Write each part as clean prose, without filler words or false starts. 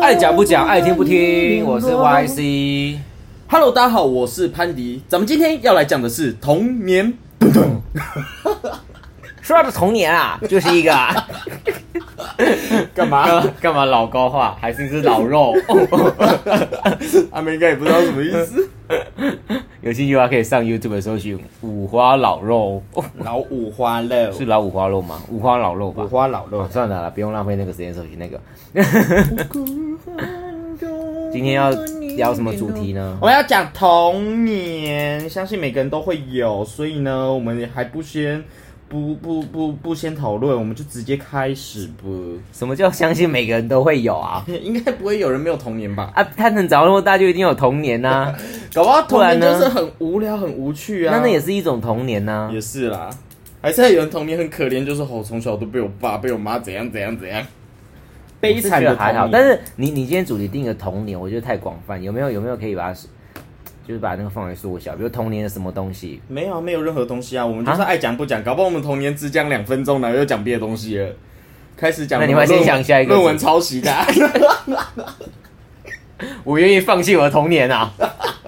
爱讲不讲，爱听不听。我是 YC。Hello， 大家好，我是潘迪。咱们今天要来讲的是童年。 说到童年啊，就是一个干嘛老高话，还是老肉？ 他们应该也不知道什么意思。 有兴趣的话，可以上 YouTube 搜寻五花老肉。 老五花肉是老五花肉吗？五花老肉吧。 五花老肉， 算了啦，不用浪费那个时间搜寻那个。今天要聊什么主题呢？ 我们要讲童年，相信每个人都会有，所以呢，我们还不先讨论，我们就直接开始不？ 什么叫相信每个人都会有啊？ 应该不会有人没有童年吧？ 啊，他能长那么大就一定有童年啊， 搞不好童年就是很无聊、很无趣啊。 那也是一种童年啊。 也是啦，还是有人童年很可怜，就是从小都被我爸、被我妈怎样。悲惨的童年还好，但是你今天主题定的童年，我觉得太广泛，有没有可以把它就是把那个范围缩小，比如童年的什么东西？ 没有任何东西啊，我们就是爱讲不讲，搞不好我们童年只讲2分钟，然后又讲别的东西了，开始讲。 那你会先想下一个论文抄袭的、啊？ 我愿意放弃我的童年啊！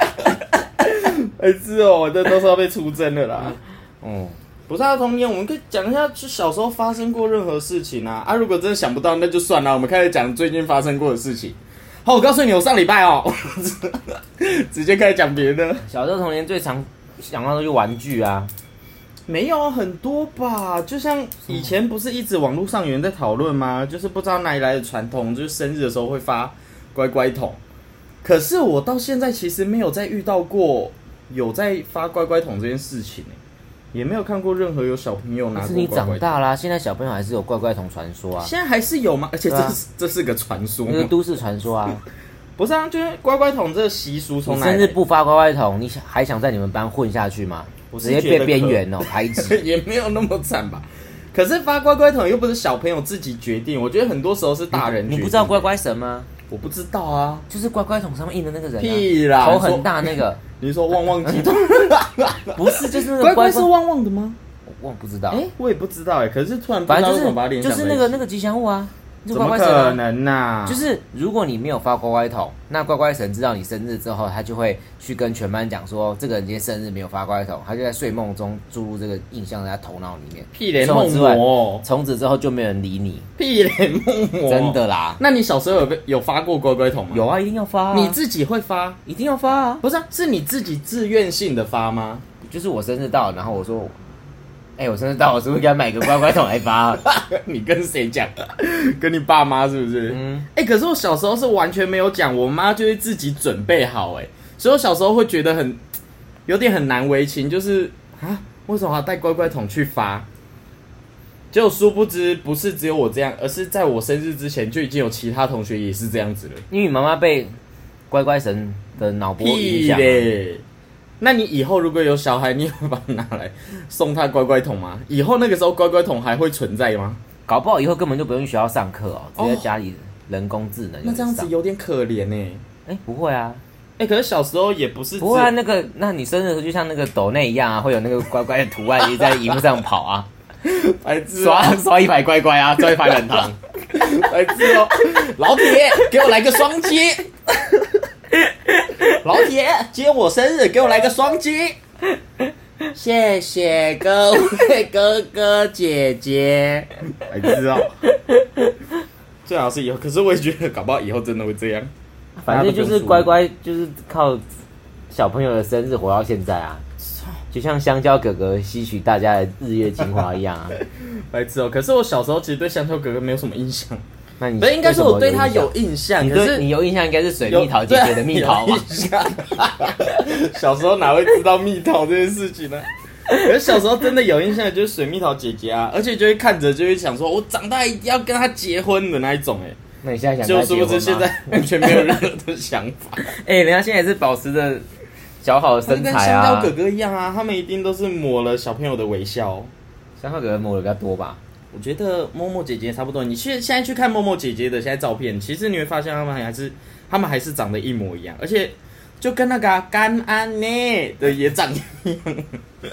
是哦，我这都是要被出征了啦。不是童年，我们可以讲一下，就小时候发生过任何事情啊。如果真的想不到，那就算了，我们开始讲最近发生过的事情。好，我告诉你，我上礼拜直接开始讲别的。 小时候童年最常想到的就是玩具啊， 没有很多吧？就像以前不是一直网络上有人在讨论吗？就是不知道哪里来的传统，就是生日的时候会发乖乖桶。可是我到现在其实没有再遇到过有在发乖乖桶这件事情、也没有看过任何有小朋友拿过乖乖桶。 可是你长大啦，现在小朋友还是有乖乖桶传说啊。 现在还是有吗？而且这是个传说， 那个都市传说啊。 不是啊，就是乖乖桶这个习俗从哪里来？ 你生日不发乖乖桶，你还想在你们班混下去吗？直接被边缘哦，排挤。 也没有那么惨吧。可是发乖乖桶又不是小朋友自己决定，我觉得很多时候是大人决定。 你不知道乖乖神吗？ 我不知道啊， 就是乖乖桶上面印的那个人、啊。 屁啦， 头很大那个。 你说旺旺鸡桶？ 不是，就是那个乖乖是旺旺的吗？ 我不知道。 我也不知道可是突然不知道为什么把它联想在一起。 就是那个吉祥物啊。 怎么可能啊？ 就是如果你没有发乖乖桶，那乖乖神知道你生日之后，他就会去跟全班讲说，这个人今天生日没有发乖乖桶，他就在睡梦中注入这个印象在他头脑里面。 屁脸梦魔， 从此之后就没有人理你。 屁脸梦魔， 真的啦。 那你小时候有发过乖乖桶吗？ 有啊，一定要发啊。 你自己会发？ 一定要发啊。 不是啊，是你自己自愿性的发吗？ 就是我生日到了，然后我说。我生日到，我是不是该买个乖乖桶来发？ 你跟谁讲？跟你爸妈是不是？可是我小时候是完全没有讲，我妈就会自己准备好，所以我小时候会觉得有点很难为情，就是为什么要带乖乖桶去发？结果殊不知不是只有我这样，而是在我生日之前就已经有其他同学也是这样子了。 因为你妈妈被乖乖神的脑波影响。 那你以后如果有小孩，你会把它拿来送他乖乖桶吗？以后那个时候乖乖桶还会存在吗？ 搞不好以后根本就不用去学校上课哦，直接在家里人工智能。 那这样子有点可怜不会啊。 可是小时候也不是。 不会啊，那你生日的时候就像那个斗内一样啊，会有那个乖乖的图案也在荧幕上跑啊。 白痴刷一排乖乖啊，刷一排软糖。 白痴哦，老铁，给我来个双击。老铁，今天我生日，给我来个双击，谢谢各位哥哥姐姐。白痴哦，最好是以后，可是我也觉得，搞不好以后真的会这样。 反正就是乖乖，就是靠小朋友的生日活到现在啊，就像香蕉哥哥吸取大家的日月精华一样啊。 白痴哦，可是我小时候其实对香蕉哥哥没有什么印象。 那你应该是我对他有印象，可是你有印象应该是水蜜桃姐姐的蜜桃吧？ 小时候哪会知道蜜桃这件事情呢？可是小时候真的有印象，就是水蜜桃姐姐啊，而且就会看着就会想说，我长大一定要跟她结婚的那一种那你现在想跟她结婚吗？ 就是现在完全没有任何的想法。 人家现在也是保持着姣好的身材啊， 跟香蕉哥哥一样啊，他们一定都是抹了小朋友的微笑。 香蕉哥哥抹的比较多吧？ 我觉得默默姐姐差不多，你现在去看默默姐姐的现在照片，其实你会发现他们还是长得一模一样，而且就跟那个甘安呢的也长一样。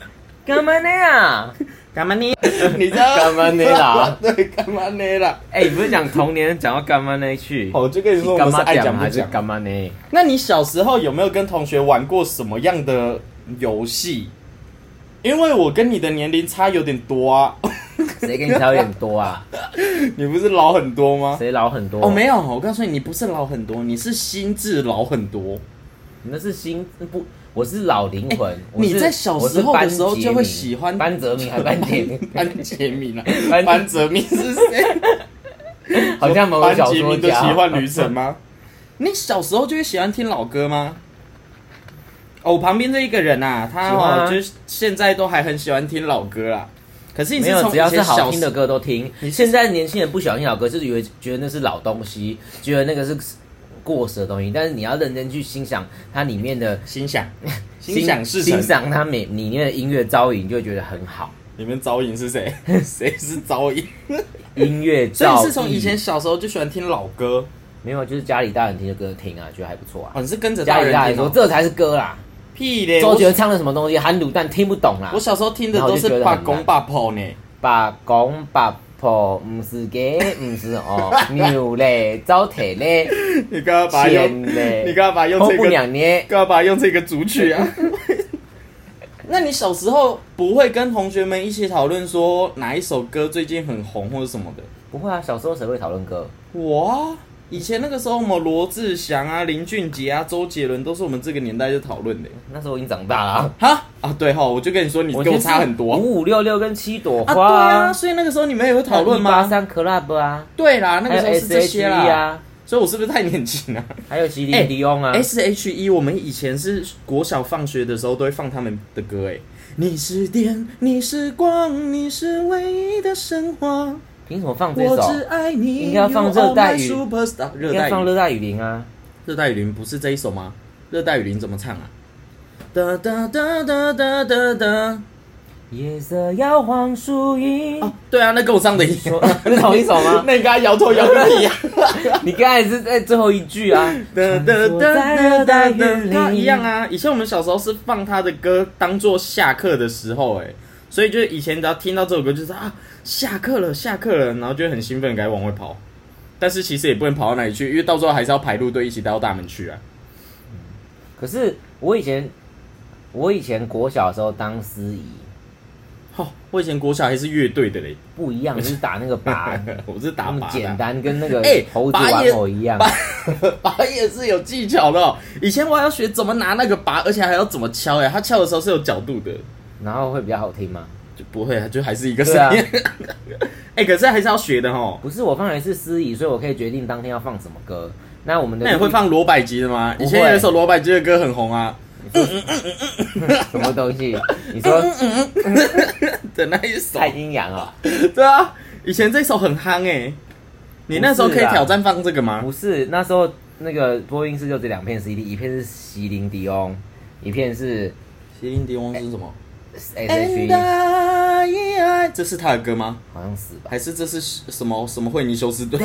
干嘛呢啊？ 干嘛呢？你知道干嘛呢啦？ 对，干嘛呢啦？ 哎、你不是讲童年讲到干嘛呢去？ 我就跟你说，我们是爱讲不讲。 干嘛呢？ 那你小时候有没有跟同学玩过什么样的游戏？因为我跟你的年龄差有点多啊。 谁跟你差有点多啊？ 你不是老很多吗？ 谁老很多？ 哦，没有，我告诉你，你不是老很多，你是心智老很多。 你那是心不？我是老灵魂。 你在小时候的时候就会喜欢班哲明还班杰明？ 班杰明啊，班哲明是谁？ 好像某个小说家。 班杰明的奇幻旅程吗？你小时候就会喜欢听老歌吗？哦，我旁边这一个人啊，他就是现在都还很喜欢听老歌啦。可是你是从只要是好听的歌都听。现在年轻人不喜欢听老歌，就是以为觉得那是老东西，觉得那个是过时的东西。但是你要认真去欣赏它里面的欣赏它里面的音乐造诣，你就会觉得很好。 你们造诣是谁？谁是造诣？ 音乐造诣。 所以是从以前小时候就喜欢听老歌。 没有，就是家里大人听的歌听啊，觉得还不错啊。 哦，你是跟着家里大人说这才是歌啦。 屁咧！ 周杰伦唱的什么东西，含卤蛋听不懂啦。 我小时候听的都是八公八婆呢。 八公八婆不是鸡，不是哦，牛嘞，糟铁嘞， 你刚刚把它用这个，刚刚把它用这个组曲啊。那你小时候不会跟同学们一起讨论说哪一首歌最近很红或者什么的？ 不会啊，小时候谁会讨论歌？ 我啊。以前那个时候，我们罗志祥啊、林俊杰啊、周杰伦都是我们这个年代就讨论的。 那时候我已经长大了啊！ 哈啊，对哈，我就跟你说，你跟我差很多。 5566跟7朵花对啊，所以那个时候你们也会讨论吗 ？183 Club 啊， 对啦，那个时候是这些啦。 啊， 所以我是不是太年轻了？ 还有席琳迪翁啊 ，S.H.E， 我们以前是国小放学的时候都会放他们的歌哎。你是电，你是光，你是唯一的神话。 凭什么放这首？ 我只爱你， 应该要放热带雨， 应该放热带雨林啊。 热带雨林不是这一首吗？热带雨林怎么唱啊？哒哒哒哒哒哒哒。 夜色摇晃树影。 哦，对啊，那跟我唱的一样， 是同一首吗？ 那你刚才摇头摇个屁呀！ 你刚才是在最后一句啊。 哒哒哒哒哒，一样啊。以前我们小时候是放他的歌当做下课的时候，哎，所以就是以前只要听到这首歌，就是啊。下课了，然后就很兴奋，赶快往外跑。但是其实也不能跑到哪里去，因为到最后还是要排路队一起带到大门去啊。 可是我以前国小的时候当司仪， 我以前国小还是乐队的嘞， 不一样，就是打那个靶， 我是打靶， 简单跟那个猴子玩偶一样。 靶也是有技巧的哦。以前我还要学怎么拿那个靶，而且还要怎么敲呀，它敲的时候是有角度的， 然后会比较好听吗？ 就不会啊，就还是一个声音。可是还是要学的齁。 不是，我放的是司仪，所以我可以决定当天要放什么歌。那我们的那你会放罗百吉的吗？以前有一首罗百吉的歌很红啊。 什么东西？你说的那一首太阴阳啊？ 对啊，以前这首很夯哎。你那时候可以挑战放这个吗？ 不是，那时候那个播音室就这2片 CD， 一片是席琳迪翁，一片是席琳迪翁是什么 ？S.H.E， 这是他的歌吗？ 好像是吧？ 还是这是什么惠尼休斯顿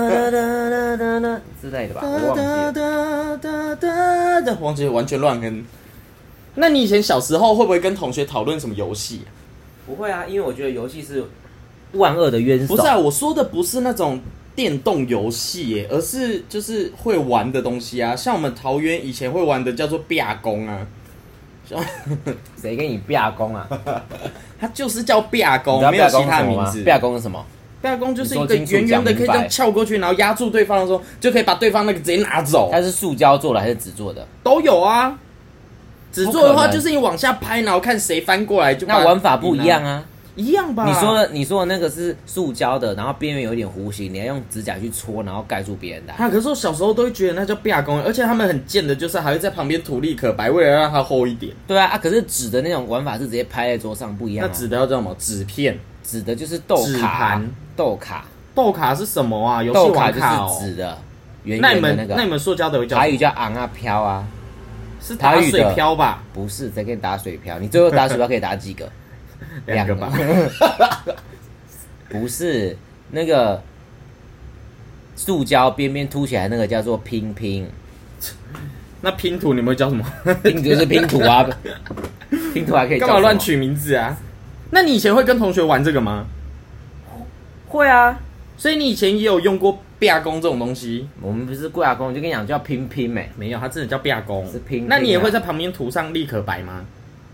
之类的吧？我忘记了，完全乱跟。那你以前小时候会不会跟同学讨论什么游戏？ 不会啊，因为我觉得游戏是万恶的冤手。 不是啊，我说的不是那种电动游戏耶，而是就是会玩的东西啊。像我们桃园以前会玩的叫做壁弓啊。 谁跟你壁弓啊？ 它就是叫壁弓，没有其他名字。 壁弓是什么？ 壁弓就是一个圆圆的，可以这样翘过去，然后压住对方的时候，就可以把对方那个直接拿走。 它是塑胶做的还是纸做的？ 都有啊。纸做的话，就是你往下拍，然后看谁翻过来就。 那玩法不一样啊。 一样吧？ 你说的那个是塑胶的，然后边缘有点弧形，你要用指甲去戳，然后盖住别人的。 可是我小时候都会觉得那叫壁弓，而且他们很贱的，就是还会在旁边涂立可白，为了让它厚一点。 对啊，可是纸的那种玩法是直接拍在桌上，不一样。 那纸的要叫什么？纸片。 纸的就是豆卡。豆卡是什么啊？游戏王卡哦。 就是纸的，圆圆的那个。 那你们塑胶的会叫什么？ 台语叫昂啊飘啊。 是打水漂吧？ 不是，谁给你打水漂？你最后打水漂可以打几个 ？2个吧。 不是，那个塑胶边边凸起来那个叫做拼。 那拼图你们会叫什么？ 拼就是拼图啊。 拼图还可以叫干嘛乱取名字啊？那你以前会跟同学玩这个吗？ 会啊， 所以你以前也有用过壁弓这种东西？ 我们不是贵公，我就跟你讲叫拼拼没有，它真的叫壁弓， 是拼。 那你也会在旁边涂上立可白吗？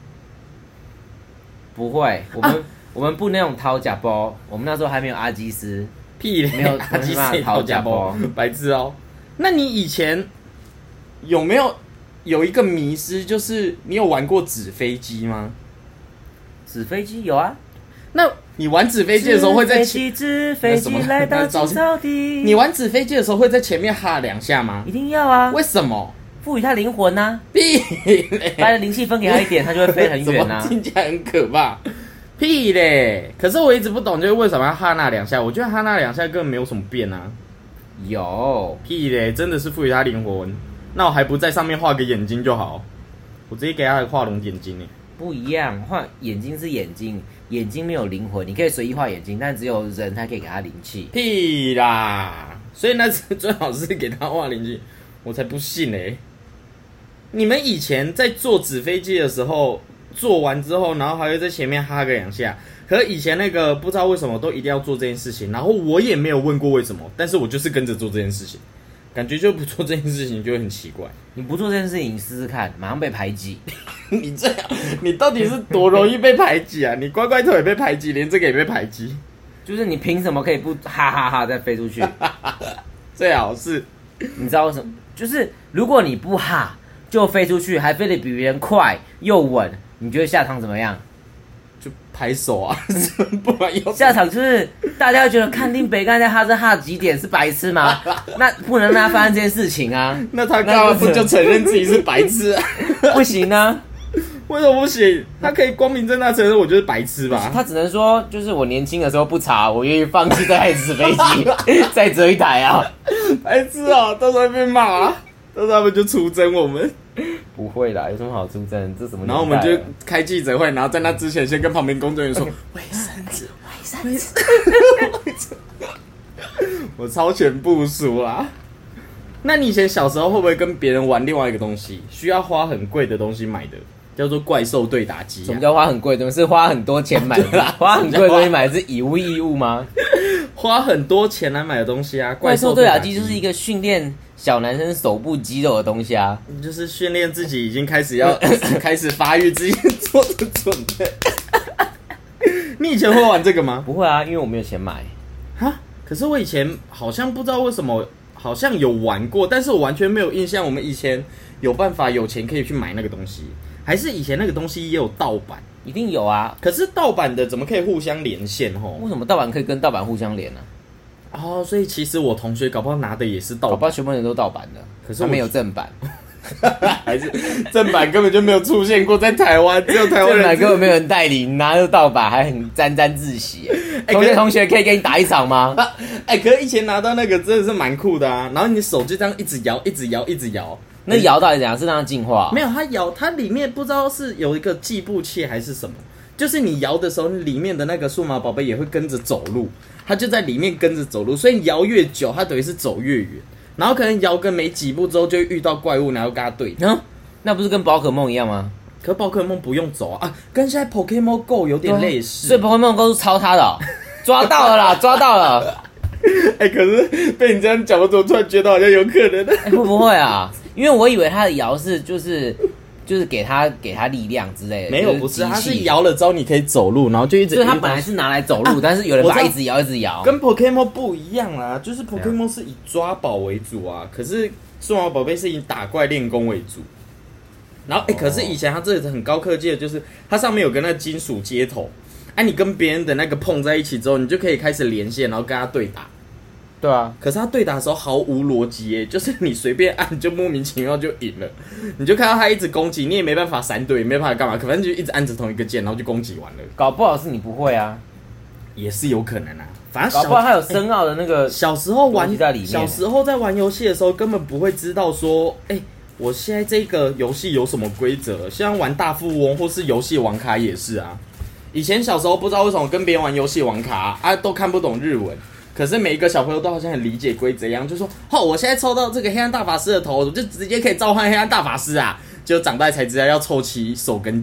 不会，我们不那种掏假包，我们那时候还没有阿基斯， 屁嘞， 没有阿基斯掏假包，白痴哦。那你以前有没有一个迷思，就是你有玩过纸飞机吗？ 纸飞机有啊。 那你玩纸飞机的时候会在纸飞机来到青草地。 你玩纸飞机的时候会在前面哈2下吗？ 一定要啊！ 为什么？ 赋予它灵魂啊！ 屁嘞！ 把灵气分给它一点，它就会飞很远啊！ 听起来很可怕。屁嘞！可是我一直不懂，就是为什么要哈那2下？我觉得哈那2下根本没有什么变啊。 有屁嘞！真的是赋予它灵魂。那我还不在上面画个眼睛就好，我直接给它画龙眼睛呢。 不一样，画眼睛是眼睛，眼睛没有灵魂，你可以随意画眼睛，但只有人才可以给它灵气。 屁啦！所以那最好是给它画灵气，我才不信嘞。你们以前在做纸飞机的时候，做完之后，然后还会在前面哈个2下。可是以前那个不知道为什么都一定要做这件事情，然后我也没有问过为什么，但是我就是跟着做这件事情。感觉就不做这件事情就会很奇怪。 你不做这件事情，你试试看，马上被排挤。 你这样，你到底是多容易被排挤啊？你乖乖头也被排挤，连这个也被排挤。 就是你凭什么可以不哈哈哈再飞出去？ 最好是， 你知道为什么？就是如果你不哈就飞出去，还飞得比别人快又稳，你觉得下场怎么样？ 就拍手啊！不然有下场就是大家会觉得看丁北干在哈这哈几点是白痴吗？那不能让他发生这件事情啊！ 那他干嘛不就承认自己是白痴啊？ 不行啊！ 为什么不行？他可以光明正大承认我就是白痴吧？ 他只能说，就是我年轻的时候不查，我愿意放弃这台纸飞机，再折一台啊！ 白痴啊！到时候会被骂啊！到时候他们就出征我们。 不会啦，有什么好出征？这什么？ 然后我们就开记者会，然后在那之前先跟旁边工作人员说卫生纸，卫生纸。我超前部署啦。那你以前小时候会不会跟别人玩另外一个东西，需要花很贵的东西买的，叫做怪兽对打机？ 什么叫花很贵的东西？是花很多钱买的？花很贵的东西买的是以物易物吗？ 花很多钱来买的东西啊！ 怪兽对打机就是一个训练小男生手部肌肉的东西啊， 就是训练自己已经开始开始发育自己做的准备。你以前会玩这个吗？ 不会啊，因为我没有钱买。 哈，可是我以前好像不知道为什么，好像有玩过，但是我完全没有印象。我们以前有办法有钱可以去买那个东西，还是以前那个东西也有盗版？ 一定有啊。 可是盗版的怎么可以互相连线吼？ 为什么盗版可以跟盗版互相连呢？ 哦，所以其实我同学搞不好拿的也是盗版， 搞不好全部人都盗版的，可是他没有正版。 还是正版根本就没有出现过在台湾，只有台湾人。 正版根本没有人代理，你拿着盗版还很沾沾自喜。同学可以给你打一场吗？ 可是以前拿到那个真的是蛮酷的啊，然后你手就这样一直摇，一直摇，一直摇。 那摇到底怎样？是让它进化？ 没有，它摇，它里面不知道是有一个计步器还是什么，就是你摇的时候，里面的那个数码宝贝也会跟着走路，它就在里面跟着走路，所以摇越久，它等于是走越远。然后可能摇个没几步之后，就会遇到怪物，然后跟它对。 那不是跟宝可梦一样吗？ 可宝可梦不用走啊，跟现在 Pokemon Go 有点类似。 所以 Pokemon Go 是抄它的哦，抓到了啦，抓到了。 可是被你这样讲，我怎么突然觉得好像有可能呢？ 会不会啊？因为我以为它的摇是就是给它力量之类的。 没有，不是，它是摇了之后你可以走路，然后就一直。 所以它本来是拿来走路，但是有人把它一直摇一直摇。 跟 Pokemon 不一样啦，就是 Pokemon 是以抓宝为主啊，可是数码宝贝是以打怪练功为主。然后可是以前它这个很高科技的，就是它上面有个那金属接头，你跟别人的那个碰在一起之后，你就可以开始连线，然后跟他对打。 对啊， 可是他对打的时候毫无逻辑耶，就是你随便按就莫名其妙就赢了，你就看到他一直攻击，你也没办法闪躲，也没办法干嘛，反正就一直按着同一个键，然后就攻击完了。 搞不好是你不会啊， 也是有可能啊。反正搞不好他有深奥的那个小时候玩在里面， 小时候在玩游戏的时候根本不会知道说，我现在这个游戏有什么规则，像玩大富翁或是游戏王卡也是啊。以前小时候不知道为什么跟别人玩游戏王卡都看不懂日文。可是每一个小朋友都好像很理解规则一样，就说我现在抽到这个黑暗大法师的头，我就直接可以召唤黑暗大法师啊！就长大才知道要凑齐手跟脚，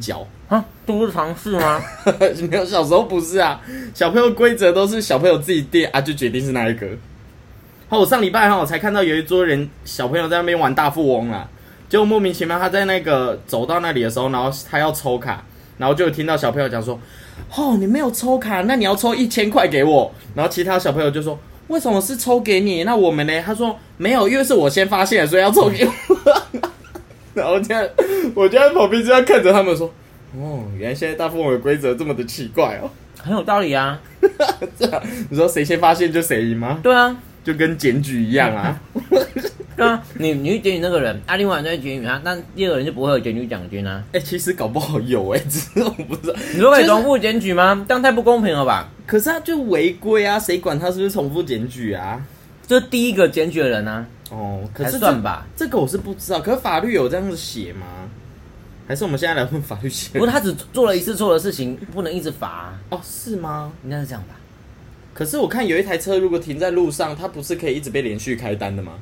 啊，这不是常事吗？ 没有，小时候不是啊，小朋友规则都是小朋友自己定啊，就决定是哪一个。好，我上礼拜我才看到有一桌人小朋友在那边玩大富翁啦，结果莫名其妙他在那个走到那里的时候，然后他要抽卡，然后就有听到小朋友讲说，你没有抽卡，那你要抽1000块给我。然后其他小朋友就说，为什么是抽给你？那我们呢？他说没有，因为是我先发现的，所以要抽给我。然后我就在旁边这样看着他们说，原来现在大富翁的规则这么的奇怪哦， 很有道理啊。 这样你说谁先发现就谁赢吗？ 对啊， 就跟检举一样啊。 对啊，你去检举那个人，另外人在检举他，那第二个人就不会有检举奖金啊。 其实搞不好有只是我不知道。 你说可以重复检举吗？这样太不公平了吧？ 可是他就违规啊，谁管他是不是重复检举啊？ 就是第一个检举的人啊。 可是算吧， 这个我是不知道。可是法律有这样子写吗？还是我们现在来问法律系？ 不是，他只做了一次错的事情，不能一直罚啊。 是吗？ 应该是这样吧。 可是我看有一台车如果停在路上，它不是可以一直被连续开单的吗？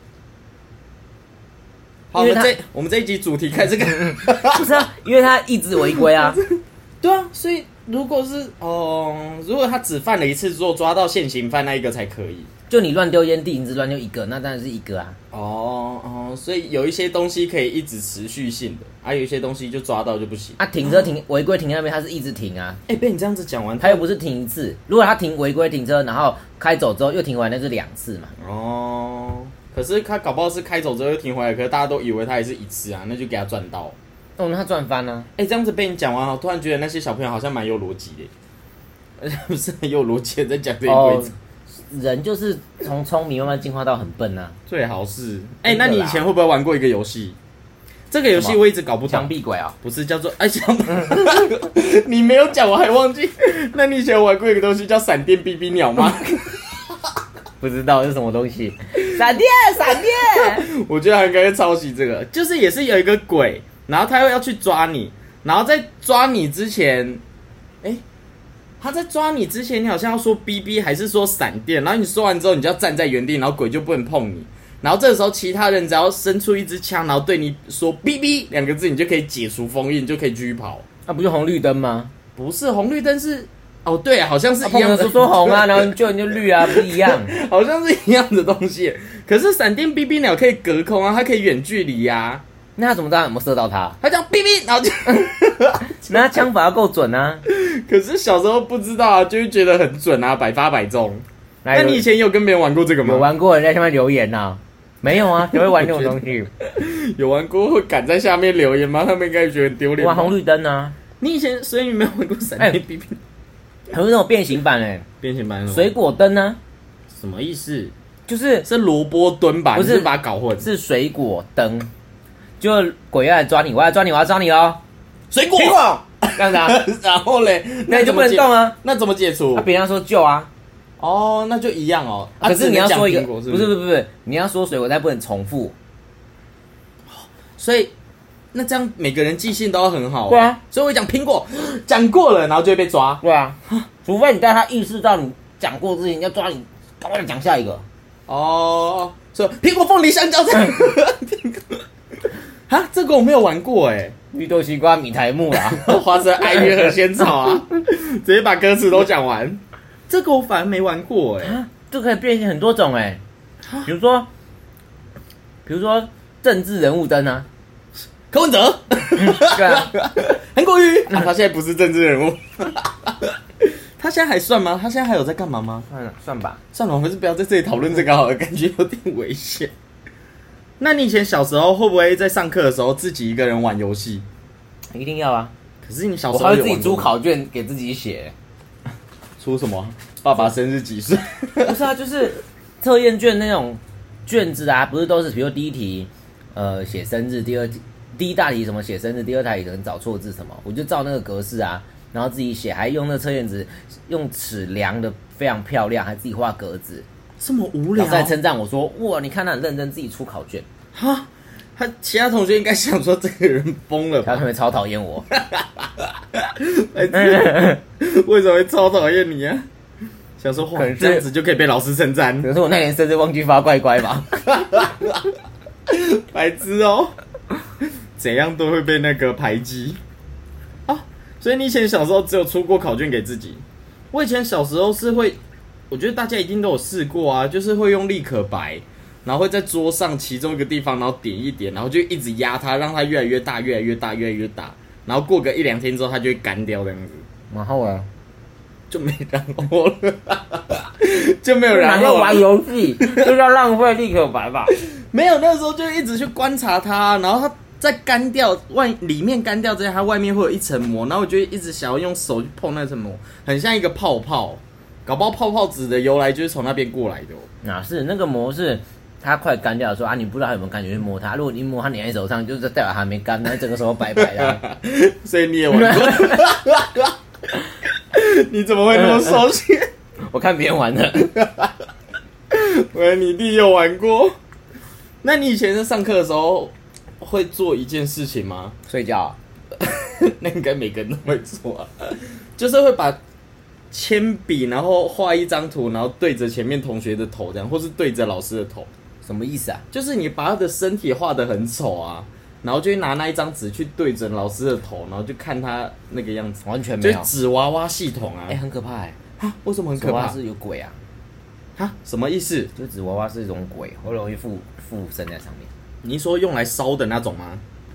好，我们这一集主题开这个， 不是啊，因为他一直违规啊。 对啊，所以如果是如果他只犯了一次，做抓到现行犯那一个才可以。 就你乱丢烟蒂，你只乱丢一个，那当然是一个啊。 所以有一些东西可以一直持续性的，有一些东西就抓到就不行。 停车违规停那边，他是一直停啊。 被你这样子讲完， 他又不是停一次。如果他停违规停车，然后开走之后又停回来，那是2次嘛。 可是他搞不好是开走之后又停回来，可是大家都以为他也是一次啊，那就给他赚到。 那他赚翻了。 这样子被你讲完，我突然觉得那些小朋友好像蛮有逻辑的，不是很有逻辑的在讲这些规则。 人就是从聪明慢慢进化到很笨啊， 最好是。那你以前会不会玩过一个游戏？这个游戏我一直搞不懂。 墙壁鬼啊？ 不是，叫做你没有讲我还忘记。那你以前玩过一个东西叫闪电哔哔鸟吗？ 不知道是什么东西。闪电。 我觉得他应该会抄袭这个，就是也是有一个鬼，然后他又要去抓你，然后在抓你之前，他在抓你之前，你好像要说哔哔还是说闪电，然后你说完之后，你就要站在原地，然后鬼就不能碰你。然后这个时候，其他人只要伸出一支枪，然后对你说哔哔2个字，你就可以解除封印，就可以继续跑。 那不就红绿灯吗？ 不是，红绿灯是对啊，好像是一样的。 说红啊，然后你就绿啊，不一样， 好像是一样的东西。可是闪电哔哔鸟可以隔空啊，它可以远距离啊。 那他怎么知道有没有射到他？ 他讲哔哔，然后就那他枪法要够准啊。 可是小时候不知道啊，就会觉得很准啊，百发百中。那你以前有跟别人玩过这个吗？ 有玩过，人在下面留言啊。没有啊，谁会玩这种东西？ 有玩过会敢在下面留言吗？他们应该觉得很丢脸。 玩红绿灯啊。 你以前所以你没有玩过闪电哔哔？ 还有那种变形版变形版水果灯呢？ 什么意思？ 就是萝卜墩吧？ 不是， 你是把它搞混？ 是水果灯，就鬼要来抓你，我要抓你，我要抓你哦！ 水果， 这样子啊？ 然后嘞， 那你就不能动啊？ 那怎么解除？ 别人说救啊？ 那就一样哦。 可是你要说一个， 不是，你要说水果，但不能重复。 所以那这样每个人记性都要很好。 对啊， 所以我讲苹果讲过了，然后就会被抓。 对啊，除非你带他意识到你讲过之前要抓你，赶快讲下一个。 所以苹果、凤梨、香蕉这样。这个我没有玩过绿豆、西瓜、米苔木啦， 花生、爱玉和仙草啊，直接把歌词都讲完。这个我反而没玩过这可以变成很多种比如说政治人物灯啊， 柯文哲， 对啊， 韩国瑜他现在不是政治人物，他现在还算吗？他现在还有在干嘛吗？ 算吧， 算了，我们是不要在这里讨论这个好了，感觉有点危险。那你以前小时候会不会在上课的时候自己一个人玩游戏？ 一定要啊！ 可是你小时候我还会自己租考卷给自己写。 出什么？爸爸生日几岁？ 不是啊，就是测验卷那种卷子啊，不是都是比如第一题写生日，第一大题什么写生日，第二大题可能找错字什么，我就照那个格式啊，然后自己写，还用那个测验纸用尺量的非常漂亮，还自己画格子。 这么无聊， 老师还称赞我说：“哇，你看他很认真，自己出考卷。” 他其他同学应该想说这个人疯了吧？ 他同学超讨厌我， 为什么会超讨厌你啊？想说哇，这样子就可以被老师称赞。 可是我那年生日忘记发乖乖吧？ 白痴怎样都会被那个排挤。 所以你以前小时候只有出过考卷给自己。我以前小时候是会，我觉得大家一定都有试过啊，就是会用立可白，然后会在桌上其中一个地方，然后点一点，然后就一直压它，让它越来越大，越来越大，越来越大，然后过个1-2天之后，它就会干掉这样子。 然后啊， 就没然后了，就没有然后了。 玩游戏就要浪费立可白吧？ 没有，那个时候就一直去观察它，然后它在干掉里面干掉之前，它外面会有一层膜，然后我就一直想要用手去碰那层膜，很像一个泡泡。搞不好泡泡纸的由来就是从那边过来的。 哪是那个膜是它快干掉的时候啊，你不知道它有没有感觉去摸它，如果你摸它粘在手上，就是代表它还没干，那整个手白白的。 所以你也玩过？你怎么会那么熟悉？ 我看别人玩的。 喂，你弟有玩过？那你以前在上课的时候会做一件事情吗？ 睡觉。 那应该每个人都会做啊，就是会把铅笔，然后画一张图，然后对着前面同学的头这样，或是对着老师的头。 什么意思啊？ 就是你把他的身体画得很丑啊，然后就会拿那一张纸去对准老师的头，然后就看他那个样子。 完全没有。 就是纸娃娃系统啊。 很可怕哎。 哈？为什么很可怕？纸娃娃是有鬼啊？ 哈？什么意思？ 就纸娃娃是一种鬼，会容易附身在上面。 你说用来烧的那种吗？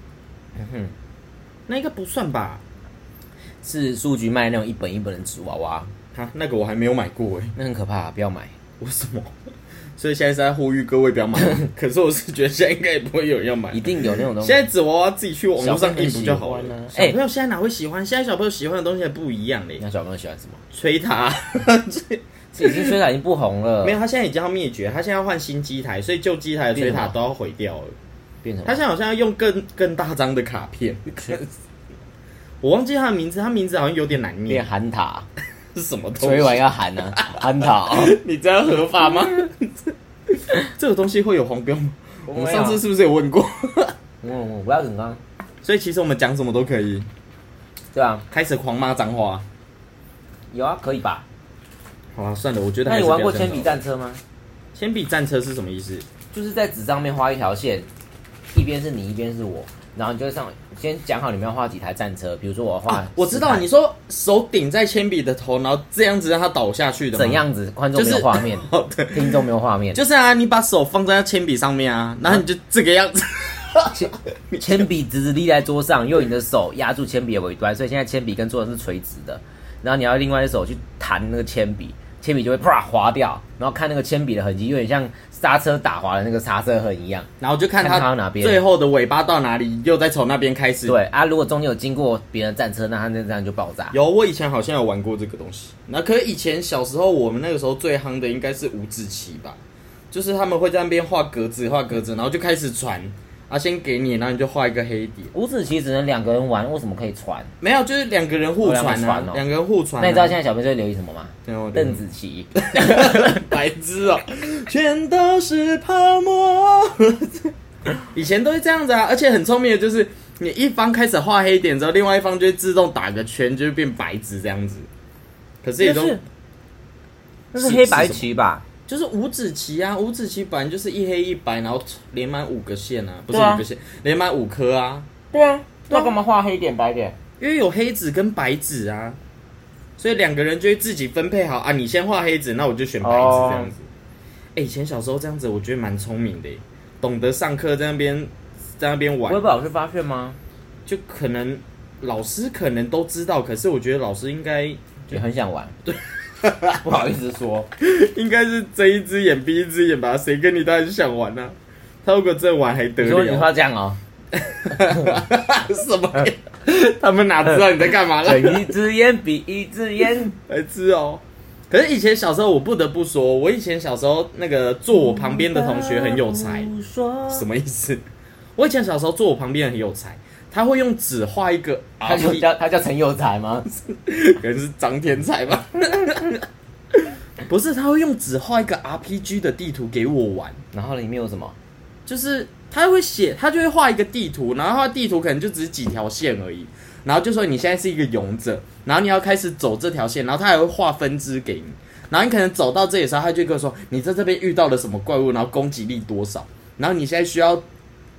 那应该不算吧？ 是书局卖那种一本一本的纸娃娃。 哈，那个我还没有买过哎。 那很可怕，不要买。 为什么？所以现在是在呼吁各位不要买。可是我是觉得现在应该也不会有人要买。 一定有那种东西。 现在纸娃娃自己去网络上印不就好了？小朋友现在哪会喜欢？现在小朋友喜欢的东西还不一样嘞。 那小朋友喜欢什么？ 吹塔。 已经吹塔已经不红了。 没有，他现在已经要灭绝，他现在要换新机台，所以旧机台的吹塔都要毁掉了。 变成他现在好像要用更大张的卡片。我忘记他的名字，他名字好像有点难念。 变韩塔是什么东西？ 吹完要喊啊，韩塔。 你这样合法吗？这个东西会有黄标吗？我们上次是不是有问过？ 我不要紧张。 所以其实我们讲什么都可以。 对啊， 开始狂骂脏话。 有啊，可以吧？ 好啊，算了，我觉得。 那你玩过铅笔战车吗？ 铅笔战车是什么意思？ 就是在纸上面画一条线，一边是你，一边是我。然后你就先讲好你们要画几台战车，比如说我画、 我知道你说手顶在铅笔的头，然后这样子让它倒下去的吗？ 怎样子？观众没有画面，听众没有画面。 就是啊，你把手放在铅笔上面啊，然后你就这个样子。 铅笔直直立在桌上，用你的手压住铅笔的尾端，所以现在铅笔跟桌上是垂直的。然后你要另外一手去弹那个铅笔，铅笔就会啪滑掉，然后看那个铅笔的痕迹，有点像刹车打滑的那个刹车痕一样。然后就看它哪边最后的尾巴到哪里，又再从那边开始。 对啊，如果中间有经过别人的战车，那它这样就爆炸。 有，我以前好像有玩过这个东西。那可是以前小时候，我们那个时候最夯的应该是五子棋吧，就是他们会在那边画格子，然后就开始传。啊，先给你，然后你就画一个黑点。 五子棋只能2个人玩，为什么可以传？ 没有，就是2个人互传啊，2个人互传。 那你知道现在小朋友在流行什么吗？邓紫棋。 白痴哦，全都是泡沫。以前都是这样子啊，而且很聪明的就是，你一方开始画黑点之后，另外一方就会自动打个圈，就会变白纸这样子。可是也都那是黑白棋吧？ 就是五子棋啊，五子棋本来就是一黑一白，然后连满5个线啊，不是5个线，连满5颗啊。 对啊，那干嘛画黑点白点？ 因为有黑纸跟白纸啊，所以2个人就会自己分配好啊，你先画黑纸，那我就选白纸这样子。以前小时候这样子，我觉得蛮聪明的，懂得上课在那边玩。 不会被老师发现吗？ 就可能老师可能都知道，可是我觉得老师应该也很想玩。对。不好意思说， 应该是睁一只眼闭一只眼吧？谁跟你当然想玩啊？他如果真玩还得了？ 你说这样哦？ 什么？他们哪知道你在干嘛了？ 睁一只眼闭一只眼， 白痴哦！可是以前小时候，我不得不说，我以前小时候那个坐我旁边的同学很有才。什么意思？我以前小时候坐我旁边很有才。他会用纸画一个 RPG，他叫陈有才吗？ 可能是张天才吧。不是，他会用纸画一个 RPG 的地图给我玩。 然后里面有什么？ 就是他会写，他就会画一个地图，然后他的地图可能就只是几条线而已。然后就说你现在是一个勇者，然后你要开始走这条线，然后他还会画分支给你。然后你可能走到这里的时候，他就跟我说你在这边遇到了什么怪物，然后攻击力多少，然后你现在需要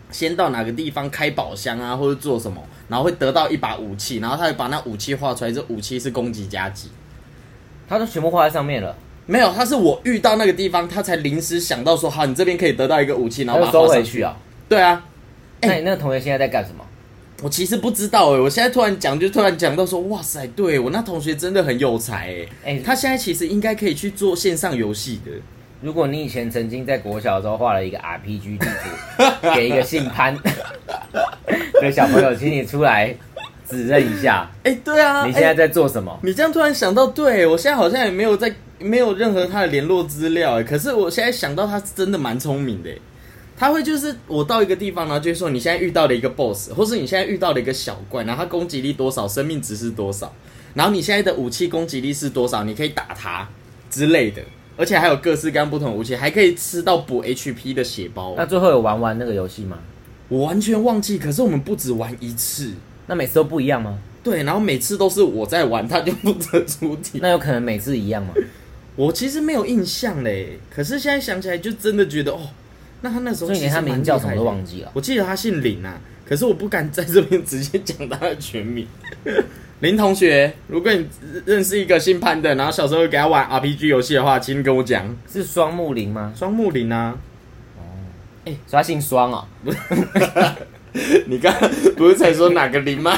先到哪个地方开宝箱啊，或者做什么，然后会得到一把武器，然后他会把那武器画出来，这武器是攻击加级。 他都全部画在上面了。 没有，他是我遇到那个地方，他才临时想到说，好，你这边可以得到一个武器，然后把它收回去啊。 对啊。 那你那个同学现在在干什么？ 我其实不知道我现在突然讲到说，哇塞，对我那同学真的很有才他现在其实应该可以去做线上游戏的。 如果你以前曾经在国小的时候画了一个 RPG 地图，给一个姓潘的小朋友，请你出来指认一下。 对啊， 你现在在做什么？ 你这样突然想到，对我现在好像也没有任何他的联络资料可是我现在想到他真的蛮聪明的他会就是我到一个地方，然后就会说你现在遇到了一个 boss， 或是你现在遇到了一个小怪，然后他攻击力多少，生命值是多少，然后你现在的武器攻击力是多少，你可以打他之类的，而且还有各式各样不同的武器，还可以吃到补 HP 的血包。 那最后有玩完那个游戏吗？ 我完全忘记，可是我们不止玩一次。 那每次都不一样吗？ 对，然后每次都是我在玩，他就负责出题。 那有可能每次一样吗？ 我其实没有印象嘞，可是现在想起来就真的觉得那他那时候所以连他名叫什么都忘记了。 我记得他姓林啊，可是我不敢在这边直接讲他的全名。林同学，如果你认识一个姓潘的，然后小时候给他玩 RPG 游戏的话，请你跟我讲。 是双木林吗？ 双木林啊。 所以他姓双哦。 你刚刚不是才说哪个林吗？